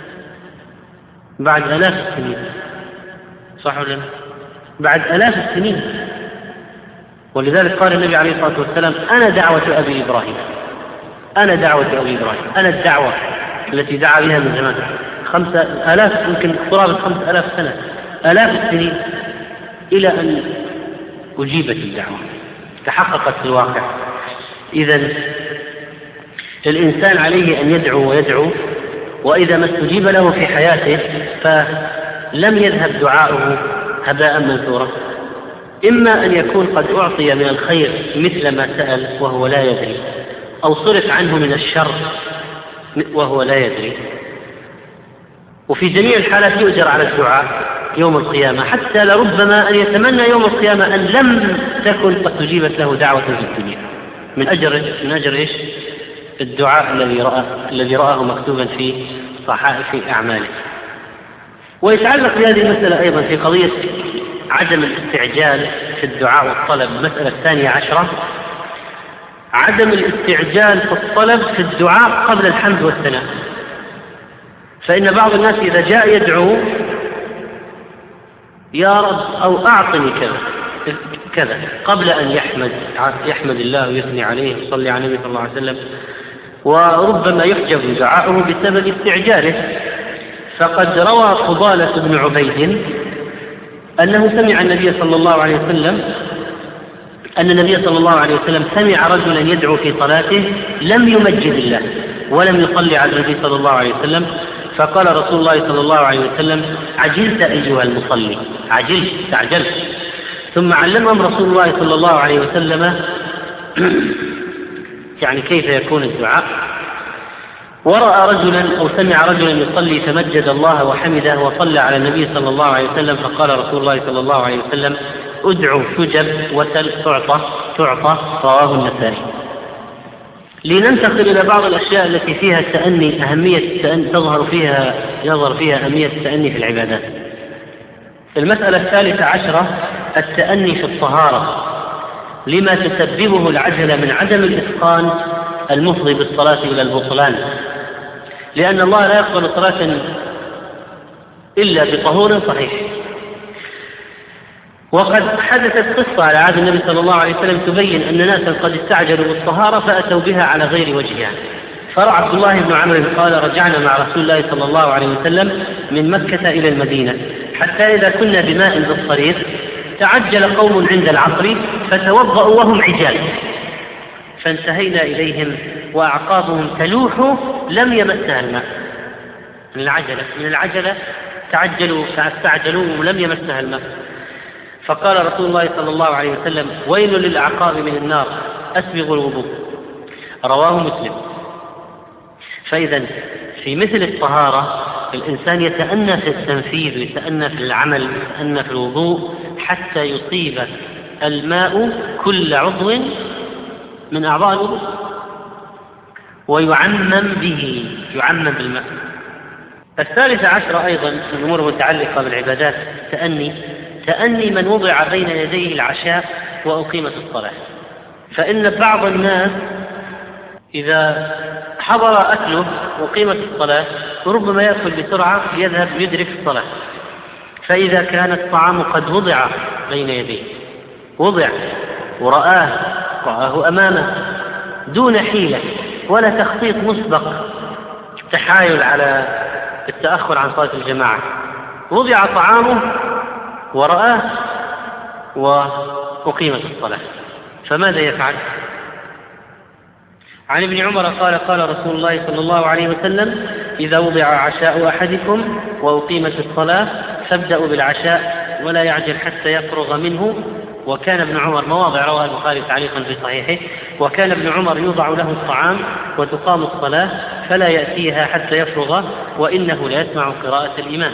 S2: بعد 1000 السنين، صح ولا لا؟ بعد 1000 السنين. ولذلك قال النبي عليه الصلاة والسلام: أنا دعوة أبي إبراهيم، أنا دعوة أبي إبراهيم، أنا الدعوة التي دعا بها من زمان. 5000 يمكن قرابة 5000 سنة، 1000 السنين، إلى أن أجيبت الدعوة، تحققت في الواقع. إذن الإنسان عليه أن يدعو ويدعو، وإذا ما استجيب له في حياته فلم يذهب دعاؤه هباء منثورا. إما أن يكون قد أعطي من الخير مثل ما سأل وهو لا يدري، أو صرف عنه من الشر وهو لا يدري. وفي جميع الحالات يؤجر على الدعاء يوم القيامة، حتى لربما أن يتمنى يوم القيامة أن لم تكن قد تجيبت له دعوة في الدنيا، من أجر إيش؟ الدعاء الذي رآه مكتوبا في صحائف أعماله. ويتعلق بهذه المسألة أيضا في قضية عدم الاستعجال في الدعاء والطلب. المسألة 12، عدم الاستعجال في الطلب في الدعاء قبل الحمد والثناء. فإن بعض الناس إذا جاء يدعو: يا رب، أو أعطني كذا، قبل أن يحمد الله ويثني عليه ويصلي على النبي صلى الله عليه وسلم، وربما يحجب دعاؤه بسبب استعجاله. فقد روى فضالة بن عبيد أنه سمع النبي صلى الله عليه وسلم أن النبي صلى الله عليه وسلم سمع رجلا يدعو في صلاته لم يمجد الله ولم يصلي على النبي صلى الله عليه وسلم، فقال رسول الله صلى الله عليه وسلم: عجلت أيها المصلي، استعجلت. ثم علمهم رسول الله صلى الله عليه وسلم يعني كيف يكون الدعاء. ورأى رجلا أو سمع رجلا يصلي فمجد الله وحمده وصلى على النبي صلى الله عليه وسلم، فقال رسول الله صلى الله عليه وسلم: ادعو تجب وسل تعطى. رواه النسائي. لننتقل إلى بعض الأشياء التي فيها التأني، أهمية التأني، يظهر فيها أهمية التأني في العبادات. المسألة 13، التأني في الطهارة، لما تسببه العجلة من عدم الإتقان المفضي بالصلاة إلى البطلان، لأن الله لا يقبل صلاة إلا بطهور صحيح. وقد حدثت قصة على عهد النبي صلى الله عليه وسلم تبين أن ناسا قد استعجلوا بالطهارة فأتوا بها على غير وجهها. فرأى عبد الله بن عمرو قال: رجعنا مع رسول الله صلى الله عليه وسلم من مكة إلى المدينة، حتى إذا كنا بماء بالطريق تعجل قوم عند العصر فتوضأوا وهم عجال، فانتهينا إليهم وأعقابهم تلوح لم يمسها الماء. من العجلة فاستعجلوا ولم يمسها الماء. فقال رسول الله صلى الله عليه وسلم: ويل للأعقاب من النار، أسبغوا الوضوء. رواه مسلم. فإذا في مثل الطهارة الإنسان يتأنى في التنفيذ ويتأنى في العمل ويتأنى في الوضوء حتى يصيب الماء كل عضو من أعضاء الوضوء ويعمم بالماء. 13 أيضا من الأمور المتعلقة بالعبادات تأني من وضع بين يديه العشاء وأقيمت الصلاة. فإن بعض الناس إذا حضر أكله وقيمت الصلاة ربما يأكل بسرعة يذهب يدرك الصلاة، فإذا كان الطعام قد وضع بين يديه، ورآه أمامه دون حيلة ولا تخطيط مسبق تحايل على التأخر عن صلاة الجماعة، وضع طعامه ورآه وأقيمت الصلاة، فماذا يفعل؟ عن ابن عمر قال رسول الله صلى الله عليه وسلم: إذا وضع عشاء أحدكم وأقيمت الصلاة فابدأوا بالعشاء ولا يعجل حتى يفرغ منه. وكان ابن عمر، مواضع رواه البخاري تعليقا في صحيحه، وكان ابن عمر يوضع له الطعام وتقام الصلاة فلا يأتيها حتى يفرغ وإنه لا يسمع قراءة الإمام.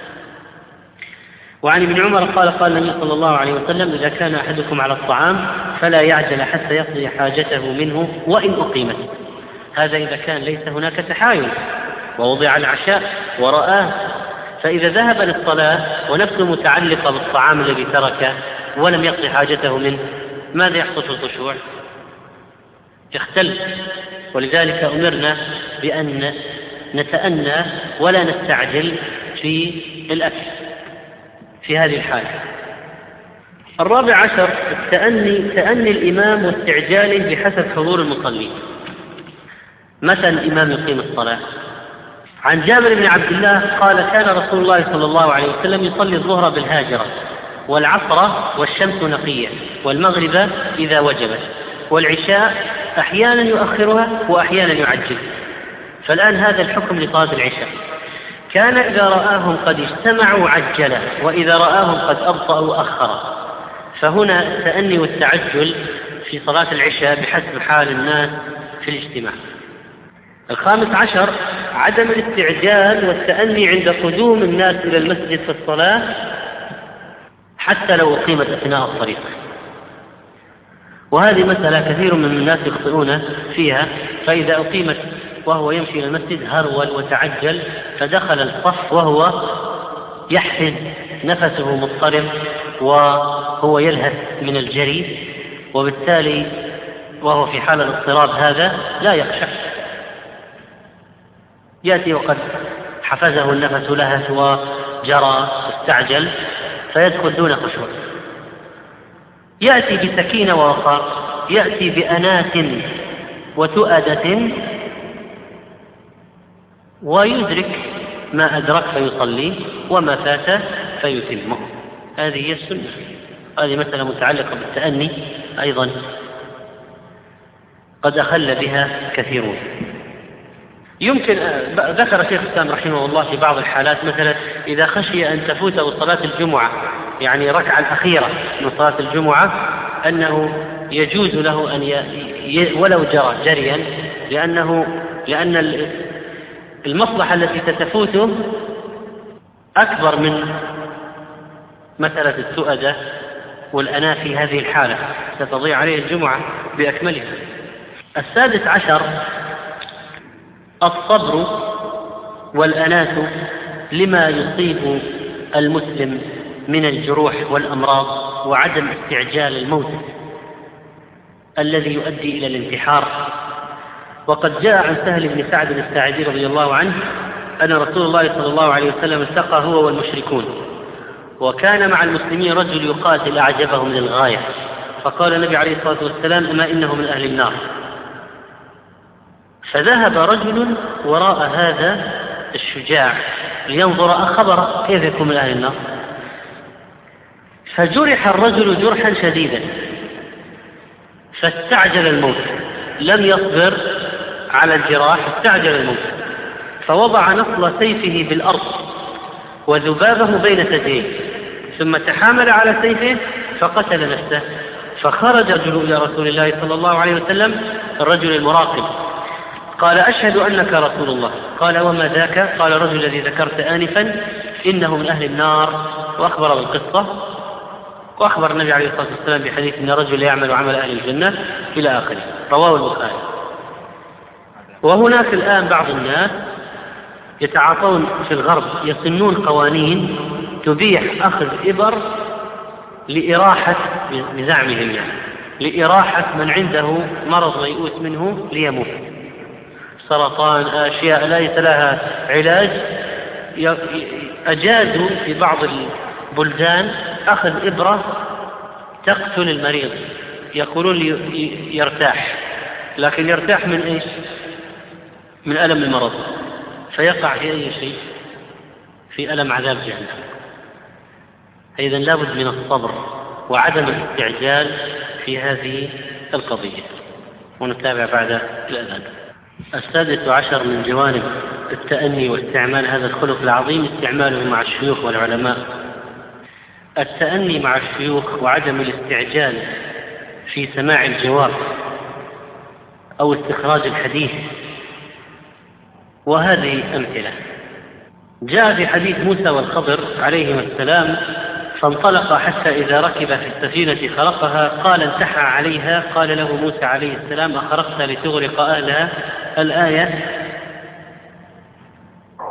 S2: وعن ابن عمر قال النبي صلى الله عليه وسلم: إذا كان أحدكم على الطعام فلا يعجل حتى يقضي حاجته منه وإن أقيمت. هذا إذا كان ليس هناك تحايل، ووضع العشاء ورآه، فإذا ذهب للصلاة ونفسه متعلقة بالطعام الذي تركه ولم يقضي حاجته منه، ماذا يحصل في الخشوع؟ يختل. ولذلك أمرنا بأن نتأنى ولا نستعجل في الأكل في هذه الحالة. الرابع عشر تأني الإمام واستعجاله بحسب حضور المصلين. متى الإمام يقيم الصلاة؟ عن جابر بن عبد الله قال كان رسول الله صلى الله عليه وسلم يصلي الظهر بالهاجرة والعصر والشمس نقية والمغرب إذا وجبت والعشاء أحيانا يؤخرها وأحيانا يعجل. فالآن هذا الحكم لصلاة العشاء. كان إذا رآهم قد اجتمعوا عجل وإذا رآهم قد أبطأوا أخر. فهنا التأني والتعجل في صلاة العشاء بحسب حال الناس في الاجتماع. الخامس عشر عدم الاستعجال والتأني عند قدوم الناس إلى المسجد في الصلاة حتى لو أقيمت أثناء الطريق. وهذه مسألة كثير من الناس يخطئون فيها، فإذا أقيمت وهو يمشي إلى المسجد هرول وتعجل فدخل الصف وهو يحفز نفسه مضطرب وهو يلهث من الجري، وبالتالي وهو في حال الاضطراب هذا لا يخشع، يأتي وقد حفزه النفس لهث وجرى واستعجل فيدخل دون خشوع. يأتي بسكينة ووقار، يأتي بأناة وتؤدة ويدرك ما أدرك فيصلي وما فات فيتمه. هذه هي السنة. هذه مسألة متعلقة بالتأني أيضا قد أخل بها كثيرون. يمكن ذكر شيخ الإسلام رحمه الله في بعض الحالات مثلا إذا خشي أن تفوته صلاة الجمعة، يعني ركعة الأخيرة من صلاة الجمعة، أنه يجوز له أن ولو جرى جريا، لأن المصلحة التي ستفوته أكبر من مسألة السؤدة والأناة في هذه الحالة، ستضيع عليه الجمعة بأكملها. السادس عشر الصبر والأناة لما يصيب المسلم من الجروح والأمراض وعدم استعجال الموت الذي يؤدي إلى الانتحار. وقد جاء عن سهل بن سعد الساعدي رضي الله عنه أن رسول الله صلى الله عليه وسلم التقى هو والمشركون، وكان مع المسلمين رجل يقاتل أعجبهم للغاية، فقال النبي عليه الصلاة والسلام أما إنه من أهل النار. فذهب رجل وراء هذا الشجاع لينظر أخبره كيف يكون من أهل النار، فجرح الرجل جرحا شديدا فاستعجل الموت، لم يصبر على الجراح، استعجل الموت، فوضع نصل سيفه بالأرض وذبابه بين ثدييه، ثم تحامل على سيفه فقتل نفسه. فخرج رجل إلى رسول الله صلى الله عليه وسلم، الرجل المراقب، قال أشهد أنك رسول الله. قال وما ذاك؟ قال الرجل الذي ذكرت آنفا إنه من أهل النار، وأخبر بالقصة، وأخبر النبي عليه الصلاة والسلام بحديث إن رجل يعمل عمل أهل الجنة إلى آخره، رواه البخاري. وهناك الآن بعض الناس يتعاطون في الغرب يصنون قوانين تبيح أخذ إبر لإراحة، بزعمهم يعني لإراحة من عنده مرض ميؤوس منه ليموت، سرطان، أشياء ليس لها علاج، أجازوا في بعض البلدان أخذ إبرة تقتل المريض، يقولون يرتاح، لكن يرتاح من إيش؟ من ألم المرض، فيقع في أي شيء؟ في ألم عذاب جهنم. إذا لابد من الصبر وعدم الاستعجال في هذه القضية. ونتابع بعد الأذان. السادس عشر من جوانب التأني واستعمال هذا الخلق العظيم استعماله مع الشيوخ والعلماء. التأني مع الشيوخ وعدم الاستعجال في سماع الجواب أو استخراج الحديث، وهذه أمثلة. جاء في حديث موسى والخضر عليهما السلام فانطلق حتى إذا ركب في السفينة خرقها قال انتحى عليها، قال له موسى عليه السلام أخرقت لتغرق أهلها؟ الآية.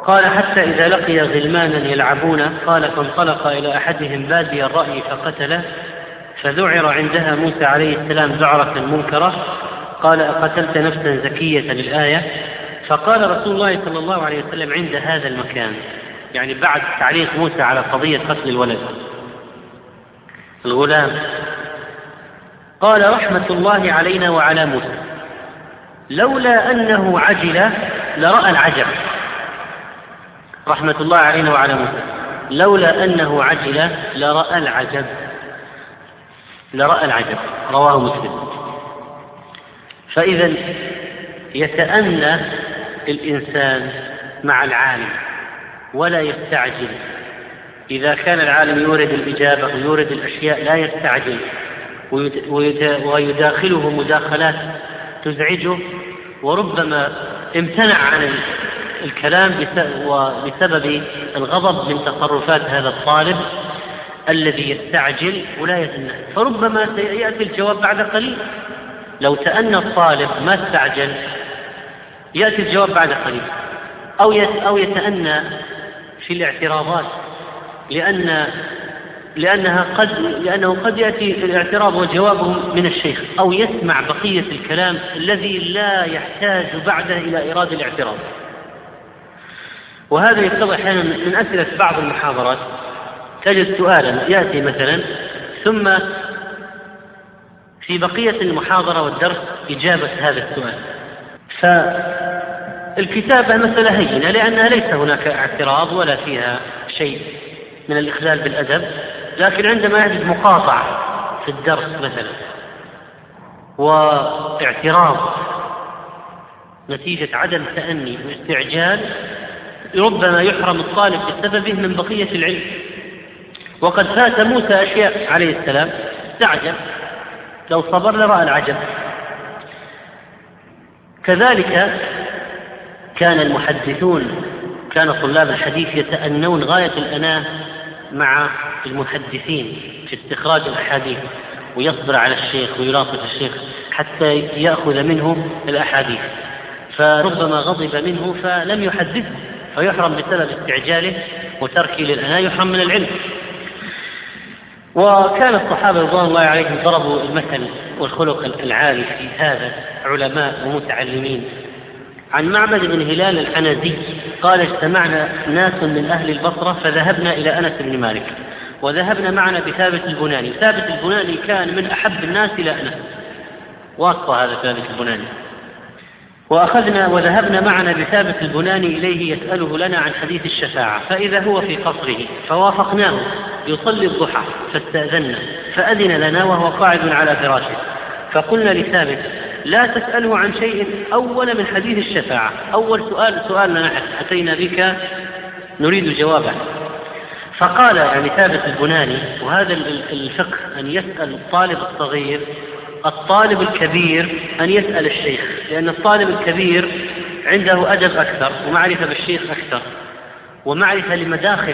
S2: قال حتى إذا لقي غلمانا يلعبون قال فانطلق إلى أحدهم بادي الرأي فقتله، فذعر عندها موسى عليه السلام ذعرة منكرة، قال أقتلت نفسا زكية للآية. فقال رسول الله صلى الله عليه وسلم عند هذا المكان، يعني بعد تعليق موسى على قضية قتل الولد الغلام، قال رحمة الله علينا وعلى موسى لولا أنه عجل لرأى العجب. رحمة الله علينا وعلى موسى لولا أنه عجل لرأى العجب، لرأى العجب، رواه مسلم. فإذا يتأنى الإنسان مع العالم ولا يستعجل. إذا كان العالم يورد الإجابة ويورد الأشياء لا يستعجل ويداخله مداخلات تزعجه، وربما امتنع عن الكلام بسبب الغضب من تصرفات هذا الطالب الذي يستعجل ولا يتأنى، فربما سيأتي الجواب بعد قليل. لو تأنى الطالب ما استعجل يأتي الجواب بعد قليل، أو يتأنى في الاعتراضات لأنه قد يأتي الاعتراض وجوابه من الشيخ، أو يسمع بقية الكلام الذي لا يحتاج بعده إلى إيراد الاعتراض. وهذا يتضح أحيانا من أسئلة بعض المحاضرات، تجد سؤالا يأتي مثلا ثم في بقية المحاضرة والدرس إجابة هذا السؤال، فالكتابة مسألة هينة لأنها ليس هناك اعتراض ولا فيها شيء من الإخلال بالأدب، لكن عندما يجد مقاطعة في الدرس مثلا واعتراض نتيجة عدم تأني واستعجال، ربما يحرم الطالب بسببه من بقية العلم. وقد فات موسى أشياء عليه السلام استعجل، لو صبر لرأى العجب. كذلك كان المحدثون، كان طلاب الحديث يتأنون غاية الأناة مع المحدثين في استخراج الأحاديث، ويصبر على الشيخ ويلاطف الشيخ حتى يأخذ منه الأحاديث، فربما غضب منه فلم يحدثه فيحرم بسبب استعجاله وتركه للأناة، يحرم من العلم. وكان الصحابة رضوان الله عليهم ضربوا المثل والخلق العالي في هذا، علماء ومتعلمين. عن معبد بن هلال الحنزي قال اجتمعنا ناس من أهل البصرة فذهبنا إلى أنس بن مالك، وذهبنا معنا بثابت البناني. ثابت البناني كان من أحب الناس إلى أنس، واسطة هذا ثابت البناني. وذهبنا معنا بثابت البناني إليه يسأله لنا عن حديث الشفاعة، فإذا هو في قصره فوافقناه يصلي الضحى فاستأذنا فأذن لنا وهو قاعد على فراشه، فقلنا لثابت لا تسأله عن شيء أول من حديث الشفاعة، أول سؤالنا نحن أتينا بك نريد جوابه. فقال يعني ثابت البناني، وهذا الفقه أن يسأل الطالب الصغير الطالب الكبير أن يسأل الشيخ، لأن الطالب الكبير عنده أدب أكثر ومعرفة بالشيخ أكثر ومعرفة لمداخل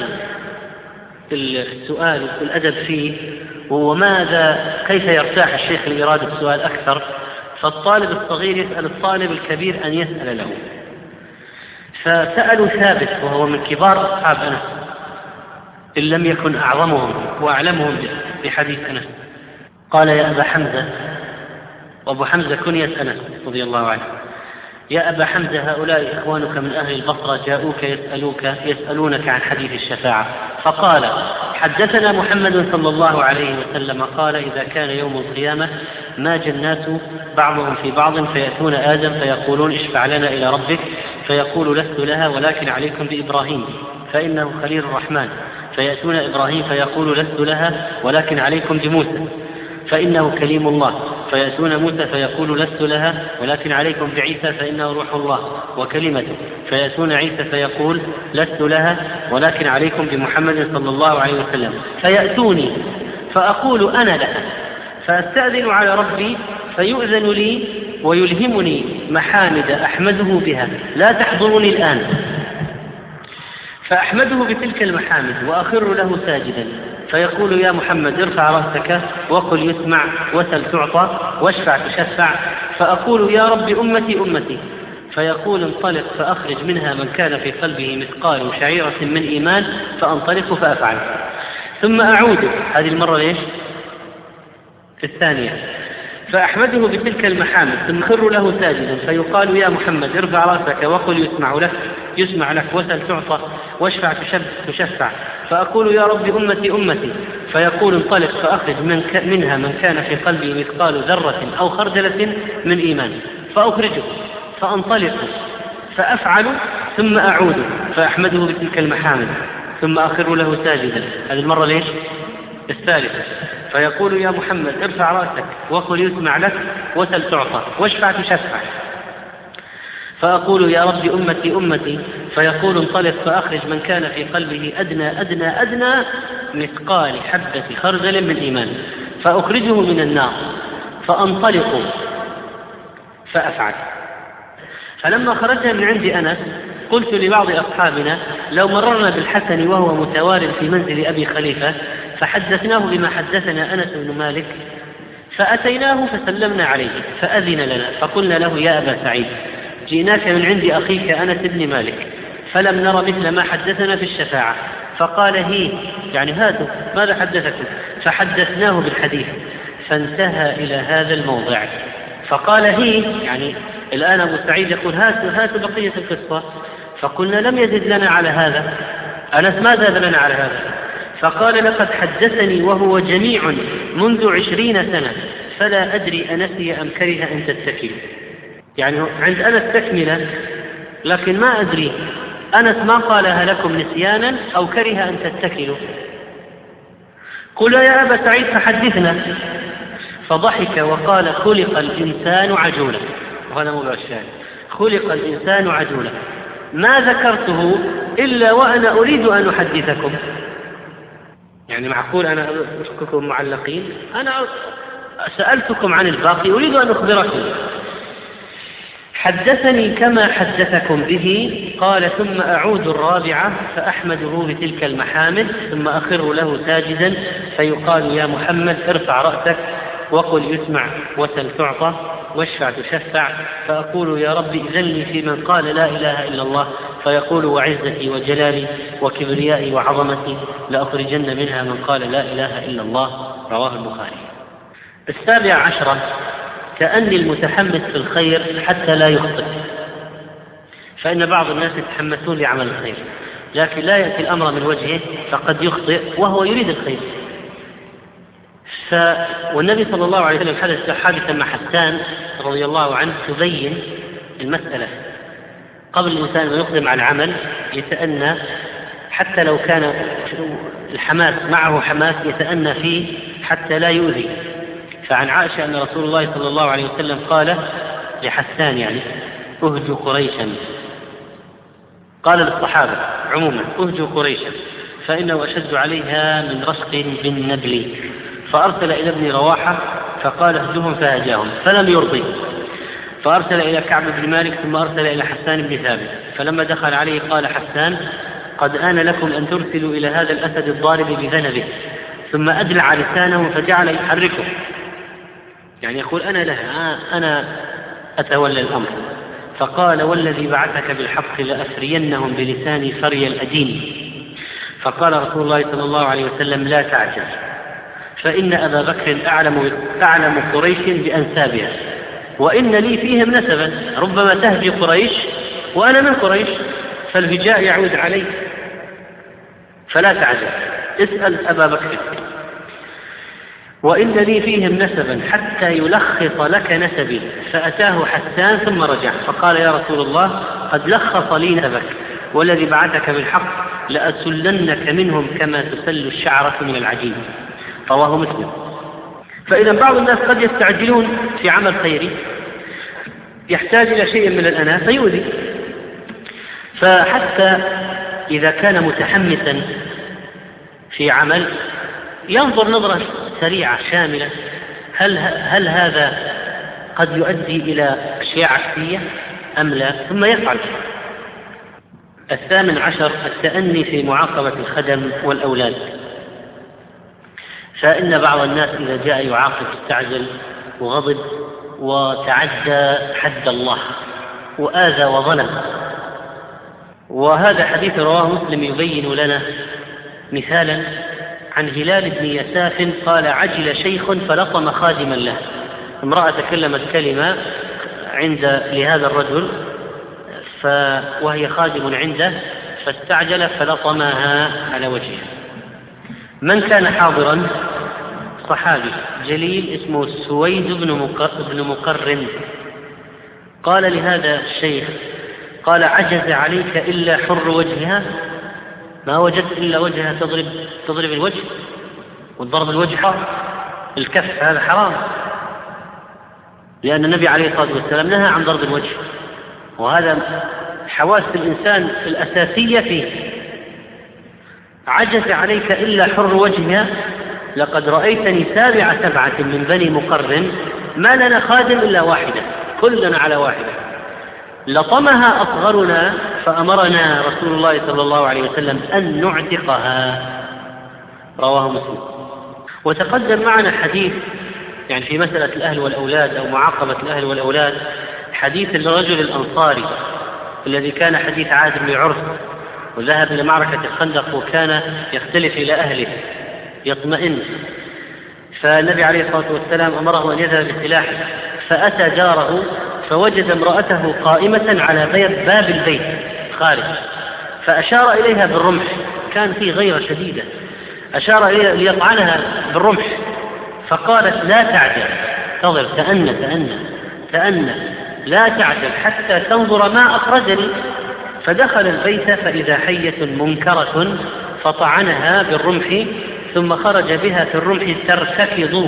S2: السؤال والأدب فيه، كيف يرتاح الشيخ لإرادة السؤال أكثر. فالطالب الصغير يسأل الطالب الكبير أن يسأل له. فسألوا ثابت وهو من كبار أصحاب أنس إن لم يكن أعظمهم وأعلمهم بحديث أنس. قال يا أبا حمزة، وأبو حمزة كنية أنس رضي الله عنه، يا أبا حمزة هؤلاء إخوانك من أهل البصرة جاءوك يسألونك عن حديث الشفاعة. فقال حدثنا محمد صلى الله عليه وسلم قال إذا كان يوم القيامة ماج الناس بعضهم في بعض فيأتون آدم فيقولون اشفع لنا إلى ربك، فيقول لست لها ولكن عليكم بإبراهيم فإنه خليل الرحمن، فيأتون إبراهيم فيقول لست لها ولكن عليكم بموسى فإنه كليم الله، فيأتون موسى فيقول لست لها ولكن عليكم بعيسى فإنه روح الله وكلمته، فيأتون عيسى فيقول لست لها ولكن عليكم بمحمد صلى الله عليه وسلم، فيأتوني فأقول أنا لها، فأستأذن على ربي فيؤذن لي ويلهمني محامد أحمده بها لا تحضرني الآن، فأحمده بتلك المحامد وأخر له ساجدا، فيقول يا محمد ارفع رأسك وقل يسمع وسل تعطى واشفع تشفع، فأقول يا رب أمتي أمتي، فيقول انطلق فأخرج منها من كان في قلبه مثقال شعيرة من إيمان فأنطلق فأفعل. ثم أعود، هذه المرة ليش؟ في الثانية، فأحمده بتلك المحامد ثم خر له ساجدا فيقال يا محمد ارفع رأسك وقل يسمع لك وسل تعطى واشفع تشفع. فأقول يا رب أمتي أمتي، فيقول انطلق فأخرج منها من كان في قلبه مثقال ذرة أو خردلة من إيمان فأخرجه فأنطلق فأفعل ثم أعود فأحمده بتلك المحامد ثم أخر له ساجدا. هذه المرة ليش؟ الثالثة، فيقول يا محمد ارفع رأسك وقل يسمع لك وسل تعطى واشفع تشفع. فأقول يا رب أمتي أمتي، فيقول انطلق فأخرج من كان في قلبه أدنى مثقال حبة خردل من إيمان فأخرجه من النار فأنطلق فأفعل. فلما خرجنا من عند أنس قلت لبعض أصحابنا لو مررنا بالحسن وهو متوارد في منزل أبي خليفة فحدثناه بما حدثنا أنس بن مالك، فأتيناه فسلمنا عليه فأذن لنا فقلنا له يا أبا سعيد جئناك من عند أخيك أنس بن مالك فلم نر مثل ما حدثنا في الشفاعة. فقال هي يعني هاتوا ماذا حدثكم؟ فحدثناه بالحديث فانتهى إلى هذا الموضع. فقال هي يعني الآن أبو سعيد يقول هاتوا بقية القصة. فقلنا لم يزد لنا على هذا، أنس ما زاد لنا على هذا. فقال لقد حدثني وهو جميع منذ 20 سنة فلا أدري أنسي أم كره أن تتكل. يعني عند أنس تكملة لكن ما أدري أنس ما قالها لكم نسيانا أو كره أن تتكلوا. قل يا أبا سعيد فحدثنا. فضحك وقال خلق الإنسان عجولا، وهذا موضوع الشاهد، خلق الإنسان عجولا ما ذكرته إلا وأنا أريد أن أحدثكم. يعني معقول أنا أترككم معلقين؟ أنا سألتكم عن الباقي أريد أن أخبركم. حدثني كما حدثكم به. قال ثم أعود الرابعة فأحمده بتلك المحامد ثم أخر له ساجدا فيقال يا محمد ارفع رأسك وقل يسمع وسل تعطى واشفع تشفع. فأقول يا رب إذن لي في من قال لا إله إلا الله فيقول وعزتي وجلالي وكبريائي وعظمتي لأخرجن منها من قال لا إله إلا الله. رواه البخاري. 17 تأني المتحمس في الخير حتى لا يخطئ. فإن بعض الناس يتحمسون لعمل الخير لكن لا يأتي الأمر من وجهه فقد يخطئ وهو يريد الخير. والنبي صلى الله عليه وسلم حدث حادثة مع حسان رضي الله عنه تبين المسألة. قبل الإنسان أن يقدم على العمل يتأنى حتى لو كان الحماس معه حماس يتأنى فيه حتى لا يؤذي. فعن عائشة أن رسول الله صلى الله عليه وسلم قال لحسان يعني أهجوا قريشا، قال للصحابة عموما أهجوا قريشا فإنه أشد عليها من رشق بالنبل. فأرسل إلى ابن رواحة فقال اهجهم فهجاهم فلم يرضي. فأرسل إلى كعب بن مالك ثم أرسل إلى حسان بن ثابت. فلما دخل عليه قال حسان قد آن لكم أن ترسلوا إلى هذا الأسد الضارب بذنبه. ثم أدلع لسانه فجعل يحركه يعني يقول أنا أتولى الأمر. فقال والذي بعثك بالحق لأفرينهم بلساني فري الأدين. فقال رسول الله صلى الله عليه وسلم لا تعجل فإن أبا بكر أعلم قريش بأنسابها وإن لي فيهم نسبا. ربما تهجي قريش وأنا من قريش فالهجاء يعود علي فلا تعجل اسأل أبا بكر وإن لي فيهم نسبا حتى يلخص لك نسبي. فأتاه حسان ثم رجع فقال يا رسول الله قد لخص لي نسبك والذي بعثك بالحق لأسلنك منهم كما تسل الشعرة من العجين. رواه مسلم. فإذا بعض الناس قد يستعجلون في عمل خيري يحتاج إلى شيء من الأناة فيؤذي. فحتى إذا كان متحمسا في عمل ينظر نظرة سريعة شاملة هل هذا قد يؤدي إلى أشياء عكسية أم لا ثم يفعل. 18 التأني في معاقبة الخدم والأولاد. فإن بعض الناس إذا جاء يعاقب استعجل وغضب وتعدى حد الله وآذى وظلم. وهذا حديث رواه مسلم يبين لنا مثالا عن هلال بن يساف قال: عجل شيخ فلطم خادما له. امرأة تكلمت كلمة لهذا الرجل وهي خادم عنده، فاستعجل فلطمها على وجهها. من كان حاضرا؟ صحابي جليل اسمه سويد بن مقرن، قال لهذا الشيخ، قال: عجز عليك إلا حر وجهها؟ ما وجدت إلا وجهها تضرب الوجه، والضرب الوجه الكف هذا حرام، لأن النبي عليه الصلاة والسلام نهى عن ضرب الوجه، وهذا حواس الإنسان الأساسية فيه. عجز عليك إلا حر وجهها؟ لقد رأيتني 7 من بني مقرن ما لنا خادم إلا واحدة، كلنا على واحدة. لطمها أصغرنا فأمرنا رسول الله صلى الله عليه وسلم أن نعتقها. رواه مسلم. وتقدم معنا حديث يعني في مسألة الأهل والأولاد أو معاقبة الأهل والأولاد، حديث الرجل الأنصاري الذي كان حديث عاد بن عرف، وذهب إلى معركة الخندق وكان يختلف إلى أهله يطمئن، فالنبي عليه الصلاة والسلام أمره أن يذهب بسلاحه، فأتى جاره فوجد امرأته قائمة على باب البيت خارج، فأشار إليها بالرمح، كان في غيرة شديدة، أشار إليها ليطعنها بالرمح، فقالت: لا تعجل، انتظر، تأنى لا تعجل حتى تنظر ما أخرجني. فدخل البيت فإذا حية منكرة فطعنها بالرمح، ثم خرج بها في الرمح ترتكض،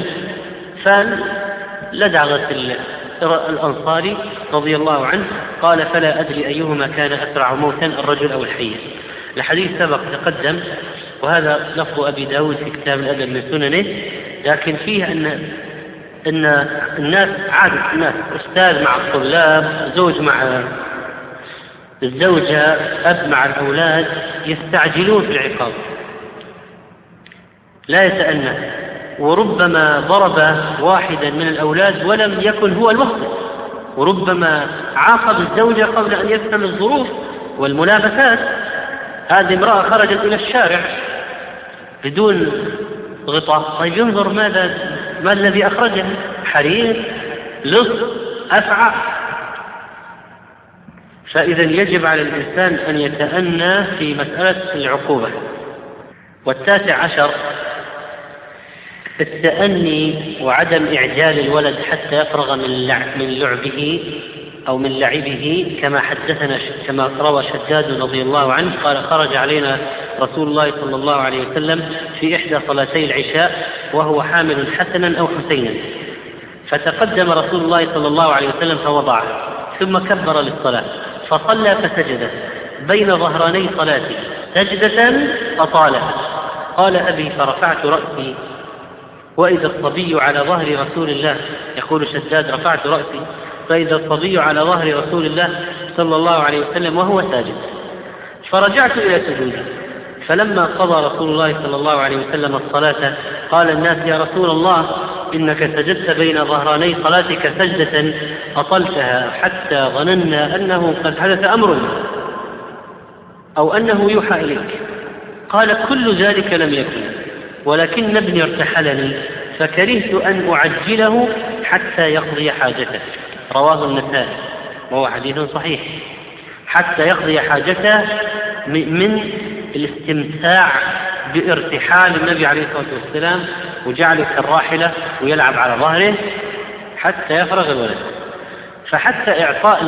S2: فلدغت الأنصاري رضي الله عنه. قال: فلا أدري أيهما كان أسرع موتا، الرجل أو الحية. الحديث سبق تقدم، وهذا لفظ أبي داود في كتاب الأدب من سننه، لكن فيه أن الناس عادة الناس أستاذ مع الطلاب، زوج مع الزوجة، أب مع الأولاد، يستعجلون في العقاب، لا يتأنى، وربما ضرب واحدا من الأولاد ولم يكن هو المخطئ، وربما عاقب الزوجة قبل أن يفهم الظروف والملابسات. هذه امرأة خرجت إلى الشارع بدون غطاء، طيب ينظر ما الذي أخرجه، حرير، لص، أفعى. فإذا يجب على الإنسان أن يتأنى في مسألة العقوبة. والتاسع عشر التأني وعدم إعجال الولد حتى يفرغ من لعبه أو من لعبه، كما روى شداد رضي الله عنه قال: خرج علينا رسول الله صلى الله عليه وسلم في إحدى صلاتي العشاء وهو حامل حسنا أو حسينا، فتقدم رسول الله صلى الله عليه وسلم فوضعه، ثم كبر للصلاة فصلى فسجد بين ظهراني صلاته سجدة أطالها. قال أبي: فرفعت رأسي وإذا الصبي على ظهر رسول الله، يقول شداد: رفعت رأسي فإذا الصبي على ظهر رسول الله صلى الله عليه وسلم وهو ساجد، فرجعت إلى سجودي، فلما قضى رسول الله صلى الله عليه وسلم الصلاة قال الناس: يا رسول الله، إنك سجدت بين ظهراني صلاتك سجدة أطلتها حتى ظننا أنه قد حدث أمر أو أنه يوحى إليك. قال: كل ذلك لم يكن، ولكن ابني ارتحلني فكرهت أن أعجله حتى يقضي حاجته. رواه النسائي وهو حديث صحيح. حتى يقضي حاجته من الاستمتاع بارتحال النبي عليه الصلاة والسلام وجعله كالراحلة ويلعب على ظهره حتى يفرغ الولد. فحتى إعطاء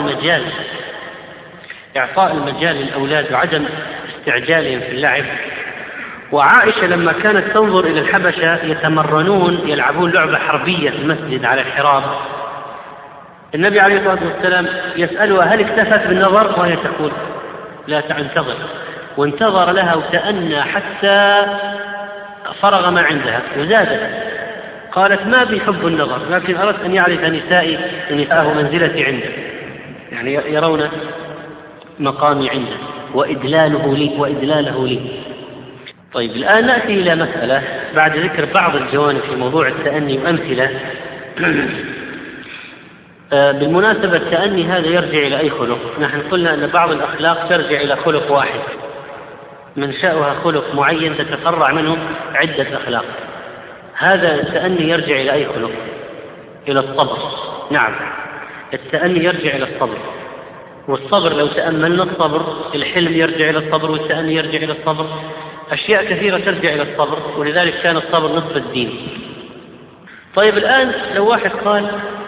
S2: المجال للأولاد وعدم استعجالهم في اللعب. وعائشة لما كانت تنظر إلى الحبشة يتمرنون يلعبون لعبة حربية في المسجد على الحراب، النبي عليه الصلاة والسلام يسألها: هل اكتفت بالنظر؟ وهي تقول: لا، تنتظر. وانتظر لها وتأنى حتى فرغ ما عندها وزادت. قالت: ما بيحب النظر، لكن أردت أن يعرف نساءه منزلتي عنده، يعني يرون مقامي عنده وإدلاله لي. طيب، الآن نأتي إلى مسألة بعد ذكر بعض الجوانب في موضوع التأني وأمثلة. بالمناسبة التأني هذا يرجع إلى أي خلق؟ نحن قلنا أن بعض الأخلاق ترجع إلى خلق واحد منشأها خلق معين تتفرع منه عدة أخلاق. هذا التأني يرجع إلى أي خلق؟ إلى الصبر. نعم، التأني يرجع إلى الصبر، والصبر لو تأملنا الصبر، الحلم يرجع إلى الصبر، والتأني يرجع إلى الصبر، أشياء كثيرة ترجع إلى الصبر، ولذلك كان الصبر نصف الدين. طيب الآن لو واحد قال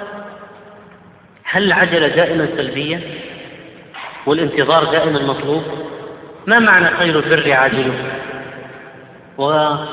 S2: هل العجلة دائما سلبية والانتظار دائما مطلوب؟ ما معنى خير البر عاجله؟ وهل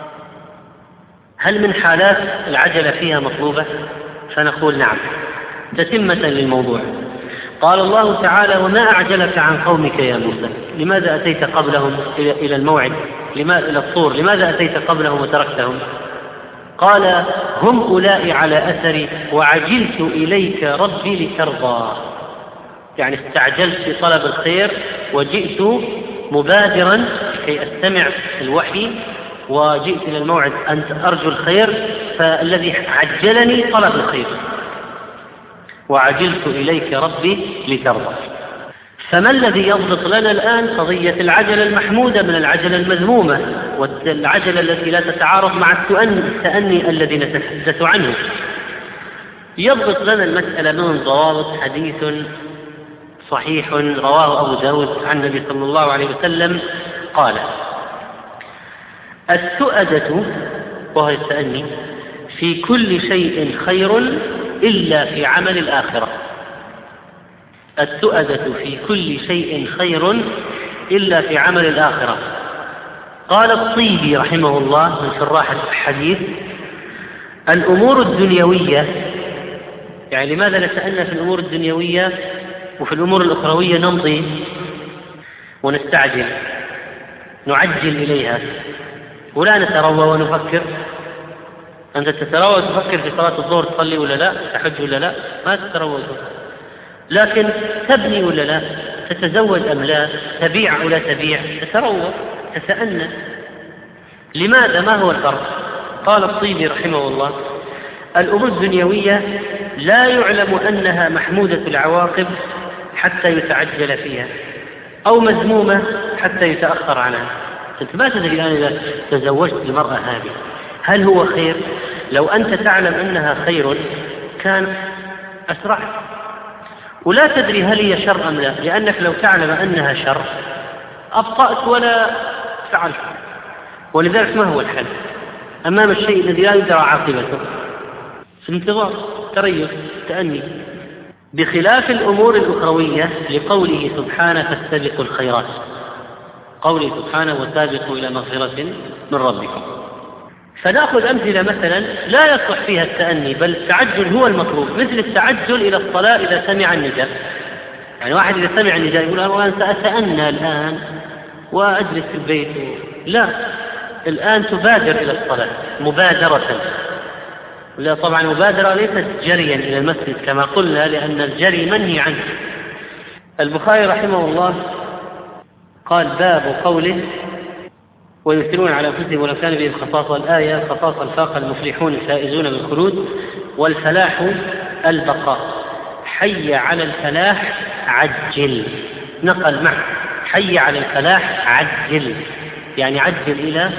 S2: من حالات العجلة فيها مطلوبة؟ فنقول نعم، تتمة للموضوع. قال الله تعالى: وما أعجلك عن قومك يا موسى؟ لماذا أتيت قبلهم إلى الموعد؟ إلى الطور؟ لماذا أتيت قبلهم وتركتهم؟ قال: هم أولئك على أثري وعجلت إليك ربي لترضى. يعني استعجلت في طلب الخير وجئت مبادرا كي أستمع الوحي، وجئت إلى الموعد أن أرجو الخير، فالذي عجلني طلب الخير. وعجلت إليك ربي لترضى. فما الذي يضبط لنا الآن قضية العجلة المحمودة من العجلة المذمومة، والعجلة التي لا تتعارض مع التأني الذي نتحدث عنه؟ يضبط لنا المسألة من ضوابط حديث صحيح رواه أبو داود عن النبي صلى الله عليه وسلم قال: التؤدة، وهو التأني، في كل شيء خير إلا في عمل الآخرة. التؤدة في كل شيء خير إلا في عمل الآخرة. قال الطيبي رحمه الله من شراح الحديث: الأمور الدنيوية، يعني لماذا نتأنى في الأمور الدنيوية وفي الأمور الأخروية نمضي ونستعجل نعجل إليها ولا نتروى ونفكر؟ أنت تتروى وتفكر في صلاة الظهر تصلي ولا لا، تحج ولا لا، ما تتروى وتفكر. لكن تبني ولا لا، تتزوج أم لا، تبيع ولا تبيع، تتروى، تتأنى. لماذا؟ ما هو الفرق؟ قال الطيبي رحمه الله: الأمور الدنيوية لا يعلم أنها محمودة العواقب حتى يتعجل فيها، أو مذمومة حتى يتأخر عنها. أنت ما تدري الآن إذا تزوجت المرأة هذه هل هو خير؟ لو أنت تعلم أنها خير كان أسرعت، ولا تدري هل هي شر أم لا، لأنك لو تعلم أنها شر أبطأت ولا فعلت. ولذلك ما هو الحل أمام الشيء الذي لا يدرى عاقبته؟ في الانتظار، تريث، تأني، بخلاف الأمور الأخروية لقوله سبحانه: فاستبقوا الخيرات. قوله سبحانه: وسابقوا إلى مغفرة من ربكم. فنأخذ أمثلة مثلا لا يصلح فيها التأني، بل التعجل هو المطلوب، مثل التعجل إلى الصلاة إذا سمع النداء. يعني واحد إذا سمع النداء يقول: أنا سأتأنى الآن وأجلس في البيت. لا، الآن تبادر إلى الصلاة مبادرة. لا طبعا مبادرة ليست جريا إلى المسجد كما قلنا، لأن الجري منهي عنه. البخاري رحمه الله قال: باب قوله: ويؤثرون على أنفسهم ولو كان بهم خصاصة. الآية: خصاصة الفاق المفلحون الفائزون بالخلود، والفلاح البقاء. حي على الفلاح عجل، نقل معه حي على الفلاح عجل، يعني عجل إلى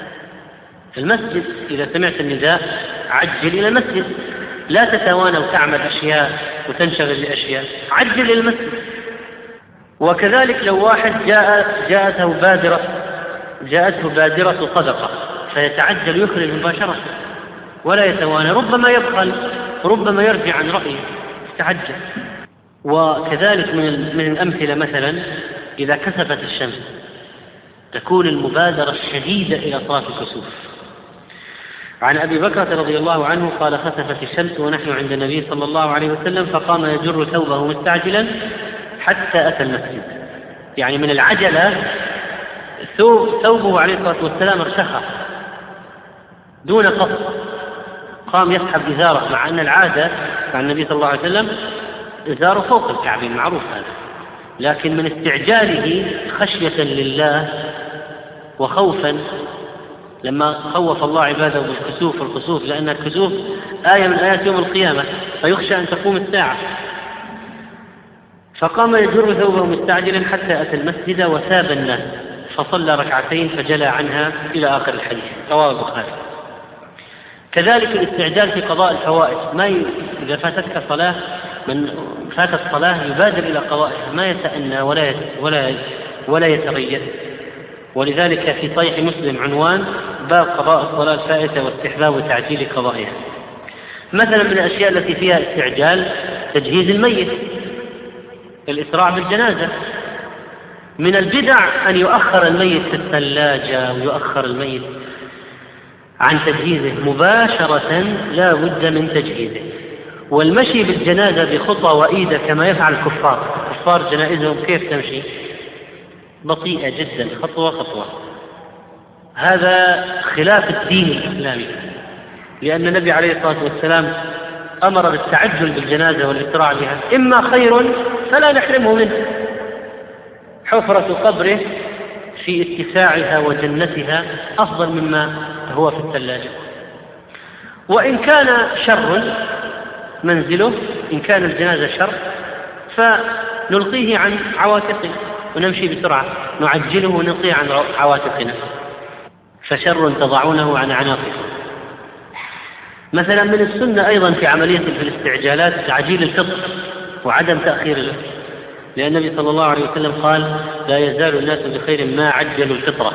S2: المسجد. إذا سمعت النداء عجل إلى المسجد، لا تتوانى وتعمل أشياء وتنشغل بأشياء، عجل إلى المسجد. وكذلك لو واحد جاءته بادرة صدقة فيتعجل يخرج مباشرة ولا يتوانى، ربما يبخل، ربما يرجع عن رأيه، يتعجل. وكذلك من الأمثلة مثلا إذا كسفت الشمس تكون المبادرة الشديدة إلى صلاة الكسوف. عن أبي بكرة رضي الله عنه قال: خسفت الشمس ونحن عند النبي صلى الله عليه وسلم، فقام يجر ثوبه مستعجلا حتى أتى المسجد. يعني من العجلة ثوبه عليه الصلاة والسلام ارتخى دون قصد، قام يسحب إزاره، مع أن العادة مع النبي صلى الله عليه وسلم إزاره فوق الكعبين، معروف هذا، لكن من استعجاله خشية لله وخوفا لما خوف الله عباده بالكسوف والخسوف، لأن الكسوف آية من آيات يوم القيامة فيخشى أن تقوم الساعة. فقام يجر ثوبه مستعجلا حتى أتى المسجد وثاب الناس فصلى ركعتين فجلى عنها إلى آخر الحديث، رواه البخاري. كذلك الاستعجال في قضاء الفوائد، إذا فاتتك صلاة من فاتت صلاة يبادر إلى قضائها، ما يتأنى ولا يتريث. ولذلك في صحيح مسلم عنوان باب قضاء الصلاة الفائتة واستحباب تعجيل قضائها. مثلا من الأشياء التي فيها استعجال تجهيز الميت، الإسراع بالجنازة. من البدع أن يؤخر الميت في الثلاجة ويؤخر الميت عن تجهيزه مباشرة، لا بد من تجهيزه. والمشي بالجنازة بخطى وإيدة كما يفعل الكفار جنائزهم كيف تمشي؟ بطيئة جدا، خطوة خطوة. هذا خلاف الدين الإسلامي، لأن النبي عليه الصلاة والسلام أمر بالتعجل بالجنازة والإسراع بها، إما خير فلا نحرمه منه، حفرة قبره في اتساعها وجنتها أفضل مما هو في الثلاجة. وإن كان شر منزله، إن كان الجنازة شر فنلقيه عن عواتقه ونمشي بسرعة، نعجله ونلقيه عن عواتقنا، فشر تضعونه عن عناقكم. مثلا من السنة أيضا في عملية في الاستعجالات تعجيل الفطر وعدم تأخيره، لأن النبي صلى الله عليه وسلم قال لا يزال الناس بخير ما عجلوا الفطرة.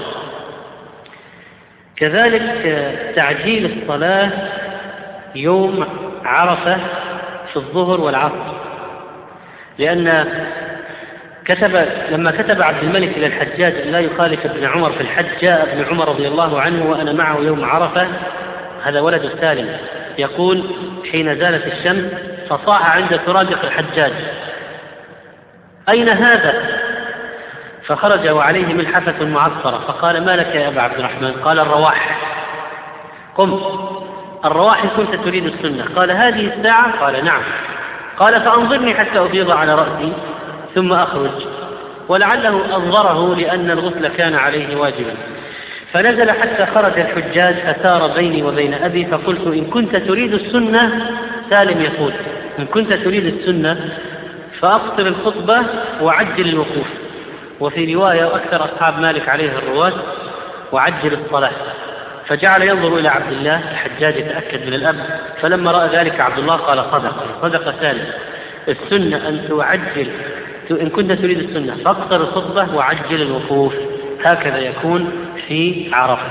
S2: كذلك تعجيل الصلاة يوم عرفة في الظهر والعصر، لأن لما كتب عبد الملك إلى الحجاج أن لا يخالف ابن عمر في الحج، جاء ابن عمر رضي الله عنه وأنا معه يوم عرفة، هذا ولد سالم، يقول حين زالت الشمس فصاح عند سرادق الحجاج أين هذا؟ فخرج وعليه ملحفة معصرة، فقال ما لك يا أبا عبد الرحمن؟ قال الرواح. قم، الرواح كنت تريد السنة. قال هذه الساعة؟ قال نعم. قال فأنظرني حتى أفيض على رأسي ثم أخرج، ولعله أنظره لأن الغسل كان عليه واجبا. فنزل حتى خرج الحجاج فسار بيني وبين أبي، فقلت إن كنت تريد السنة، سالم يقول إن كنت تريد السنة فأقصر الخطبة وعجل الوقوف، وفي رواية وأكثر أصحاب مالك عليه الرواة وعجل الصلاة. فجعل ينظر إلى عبد الله، الحجاج يتأكد من الأب، فلما رأى ذلك عبد الله قال صدق سالم، السنة أن تعجل، إن كنت تريد السنة فاقصر الخطبة وعجل الوقوف، هكذا يكون في عرفة.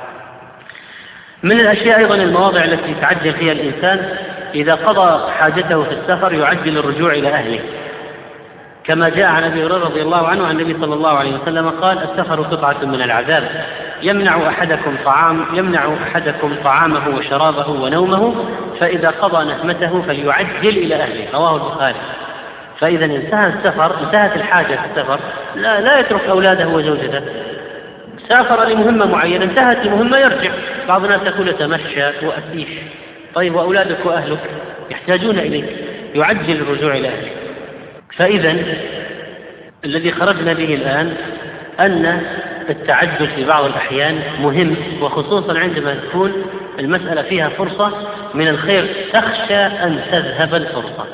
S2: من الأشياء أيضا المواضع التي يتعجل فيها الإنسان إذا قضى حاجته في السفر يعجل الرجوع إلى أهله، كما جاء عن أبي هريرة رضي الله عنه عن النبي صلى الله عليه وسلم قال السفر قطعة من العذاب يمنع أحدكم طعامه وشرابه ونومه، فإذا قضى نهمته فليعجل إلى أهله، رواه البخاري. فإذا انتهى السفر، انتهت الحاجة في السفر، لا يترك أولاده وزوجته، سافر لمهمة معينة، انتهت المهمة يرجع. بعض الناس يقول أتمشى وأسيح، طيب وأولادك وأهلك يحتاجون إليك، يعجل الرجوع إلى أهله. فإذا الذي خرجنا به الآن أن التعجل في بعض الأحيان مهم، وخصوصا عندما تكون المسألة فيها فرصة من الخير، تخشى أن تذهب الفرصة.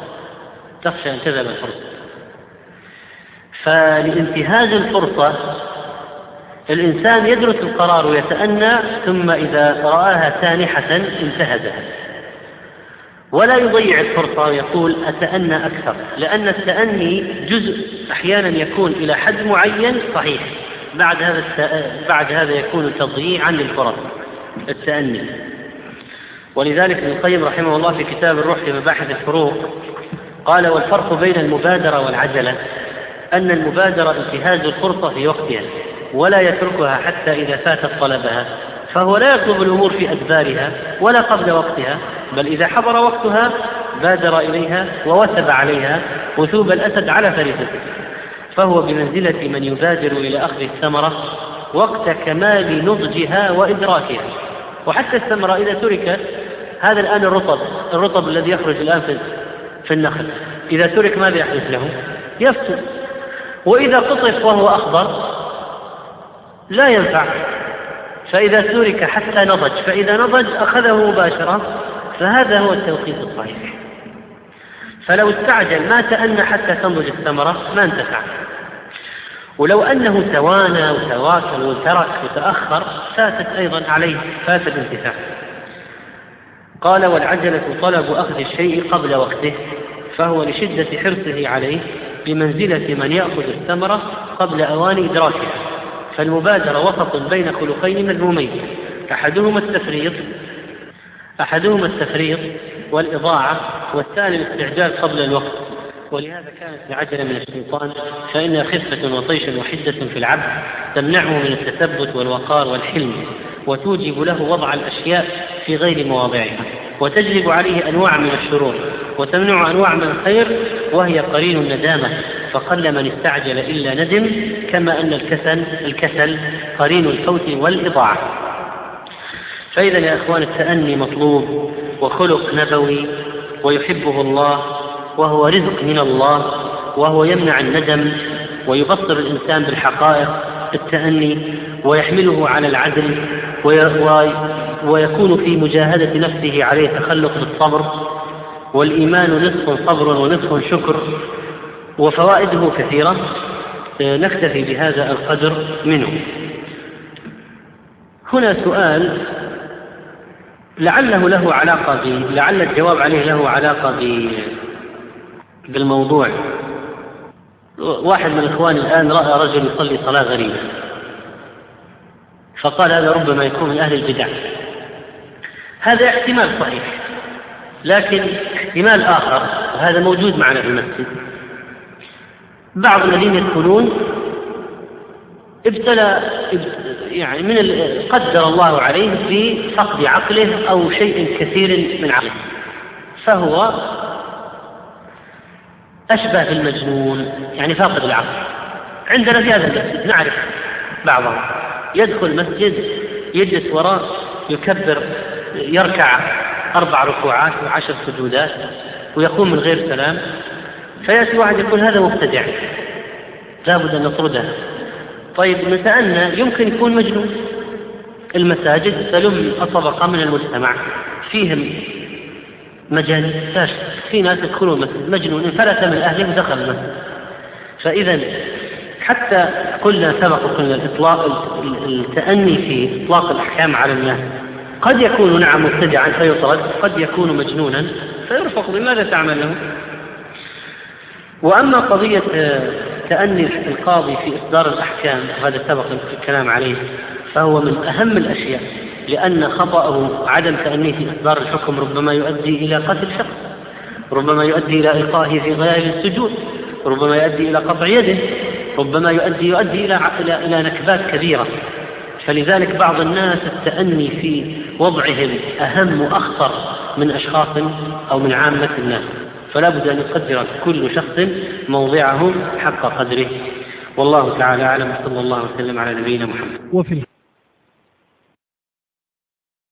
S2: فلانتهاز الفرصة الإنسان يدرس القرار ويتأنى، ثم إذا رآها سانحة انتهزها، ولا يضيع الفرصة ويقول أتأنى أكثر، لأن التأني جزء أحيانا يكون إلى حد معين صحيح، بعد هذا يكون تضييعا للفرص التأني. ولذلك ابن القيم رحمه الله في كتاب الروح في مباحث الفروق قال والفرق بين المبادرة والعجلة أن المبادرة انتهاز الفرصة في وقتها ولا يتركها حتى إذا فاتت طلبها، فهو لا يطلب الأمور في أدبارها ولا قبل وقتها، بل إذا حضر وقتها بادر إليها ووثب عليها وثوب الأسد على فريسته، فهو بمنزلة من يبادر إلى أخذ الثمرة وقت كمال نضجها وإدراكها. وحتى الثمرة إذا تركت، هذا الآن الرطب الذي يخرج الآن في النخل، إذا ترك ماذا يحدث له؟ يفتر. وإذا قطف وهو أخضر لا ينفع، فإذا ترك حتى نضج، فإذا نضج أخذه مباشرة، فهذا هو التوقيت الصحيح. فلو استعجل ما تأنى حتى تنضج الثمرة ما انتفع. ولو أنه توانى وتواكل وترك وتأخر فاتت أيضا عليه، فات الانتفاع. قال: والعجلة طلب أخذ الشيء قبل وقته، فهو لشدة حرصه عليه بمنزلة من يأخذ الثمرة قبل أوان إدراكها. فالمبادرة وسط بين خلقين مذمومين، أحدهما التفريط والإضاعة، والثاني الاستعجال قبل الوقت. ولهذا كانت العجلة من الشيطان، فإنها خفة وطيش وحدة في العبد تمنعه من التثبت والوقار والحلم، وتوجب له وضع الأشياء في غير مواضعها، وتجلب عليه أنواع من الشرور، وتمنع أنواع من الخير، وهي قرين الندامة. فقل من استعجل إلا ندم، كما أن الكسل قرين الفوت والإضاعة. فإذا يا أخوان التأني مطلوب وخلق نبوي ويحبه الله، وهو رزق من الله، وهو يمنع الندم ويبصر الإنسان بالحقائق التأني، ويحمله على العدل، ويكون في مجاهدة نفسه عليه تخلق بالصبر. والإيمان نصف صبر ونصف شكر، وفوائده كثيرة. نكتفي بهذا القدر منه. هنا سؤال لعل الجواب عليه له علاقة بالموضوع. واحد من الإخوان الآن رأى رجل يصلي صلاة غريبة، فقال هذا ربما يكون من أهل البدع. هذا احتمال صحيح، لكن احتمال آخر، وهذا موجود معنا في المسجد، بعض الذين يدخلون قدر الله عليه بفقد عقله أو شيء كثير من عقله، فهو أشبه بالمجنون، يعني فاقد العقل. عندنا في هذا المسجد نعرف بعضهم يدخل المسجد يجلس وراء يكبر، يركع 4 ركوعات و10 سجودات ويقوم من غير سلام، فيأتي واحد يقول هذا مبتدع لابد أن نطرده. طيب نتأنى يمكن يكون مجنون. المساجد تلم طبقة من المجتمع فيهم مجانين، في ناس يدخلون المسجد مجنون، انفلت من أهله ودخل المسجد. فإذا حتى قلنا التأني في إطلاق الأحكام على الناس قد يكون نعم مبتدعا فيطرد، قد يكون مجنونا فيرفق. بماذا تعمل له؟ وأما قضية تأني القاضي في إصدار الأحكام، وهذا سبق الكلام عليه، فهو من أهم الأشياء، لأن خطأه عدم تأنيه في إصدار الحكم ربما يؤدي إلى قتل شخص، ربما يؤدي إلى إلقائه في غياب السجود، ربما يؤدي إلى قطع يده، ربما يؤدي إلى نكبات كبيرة. فلذلك بعض الناس التأني في وضعهم أهم وأخطر من أشخاص أو من عامة الناس، فلا بد أن يقدر كل شخص موضعه حق قدره. والله تعالى أعلم، صلى الله وسلم على نبينا محمد.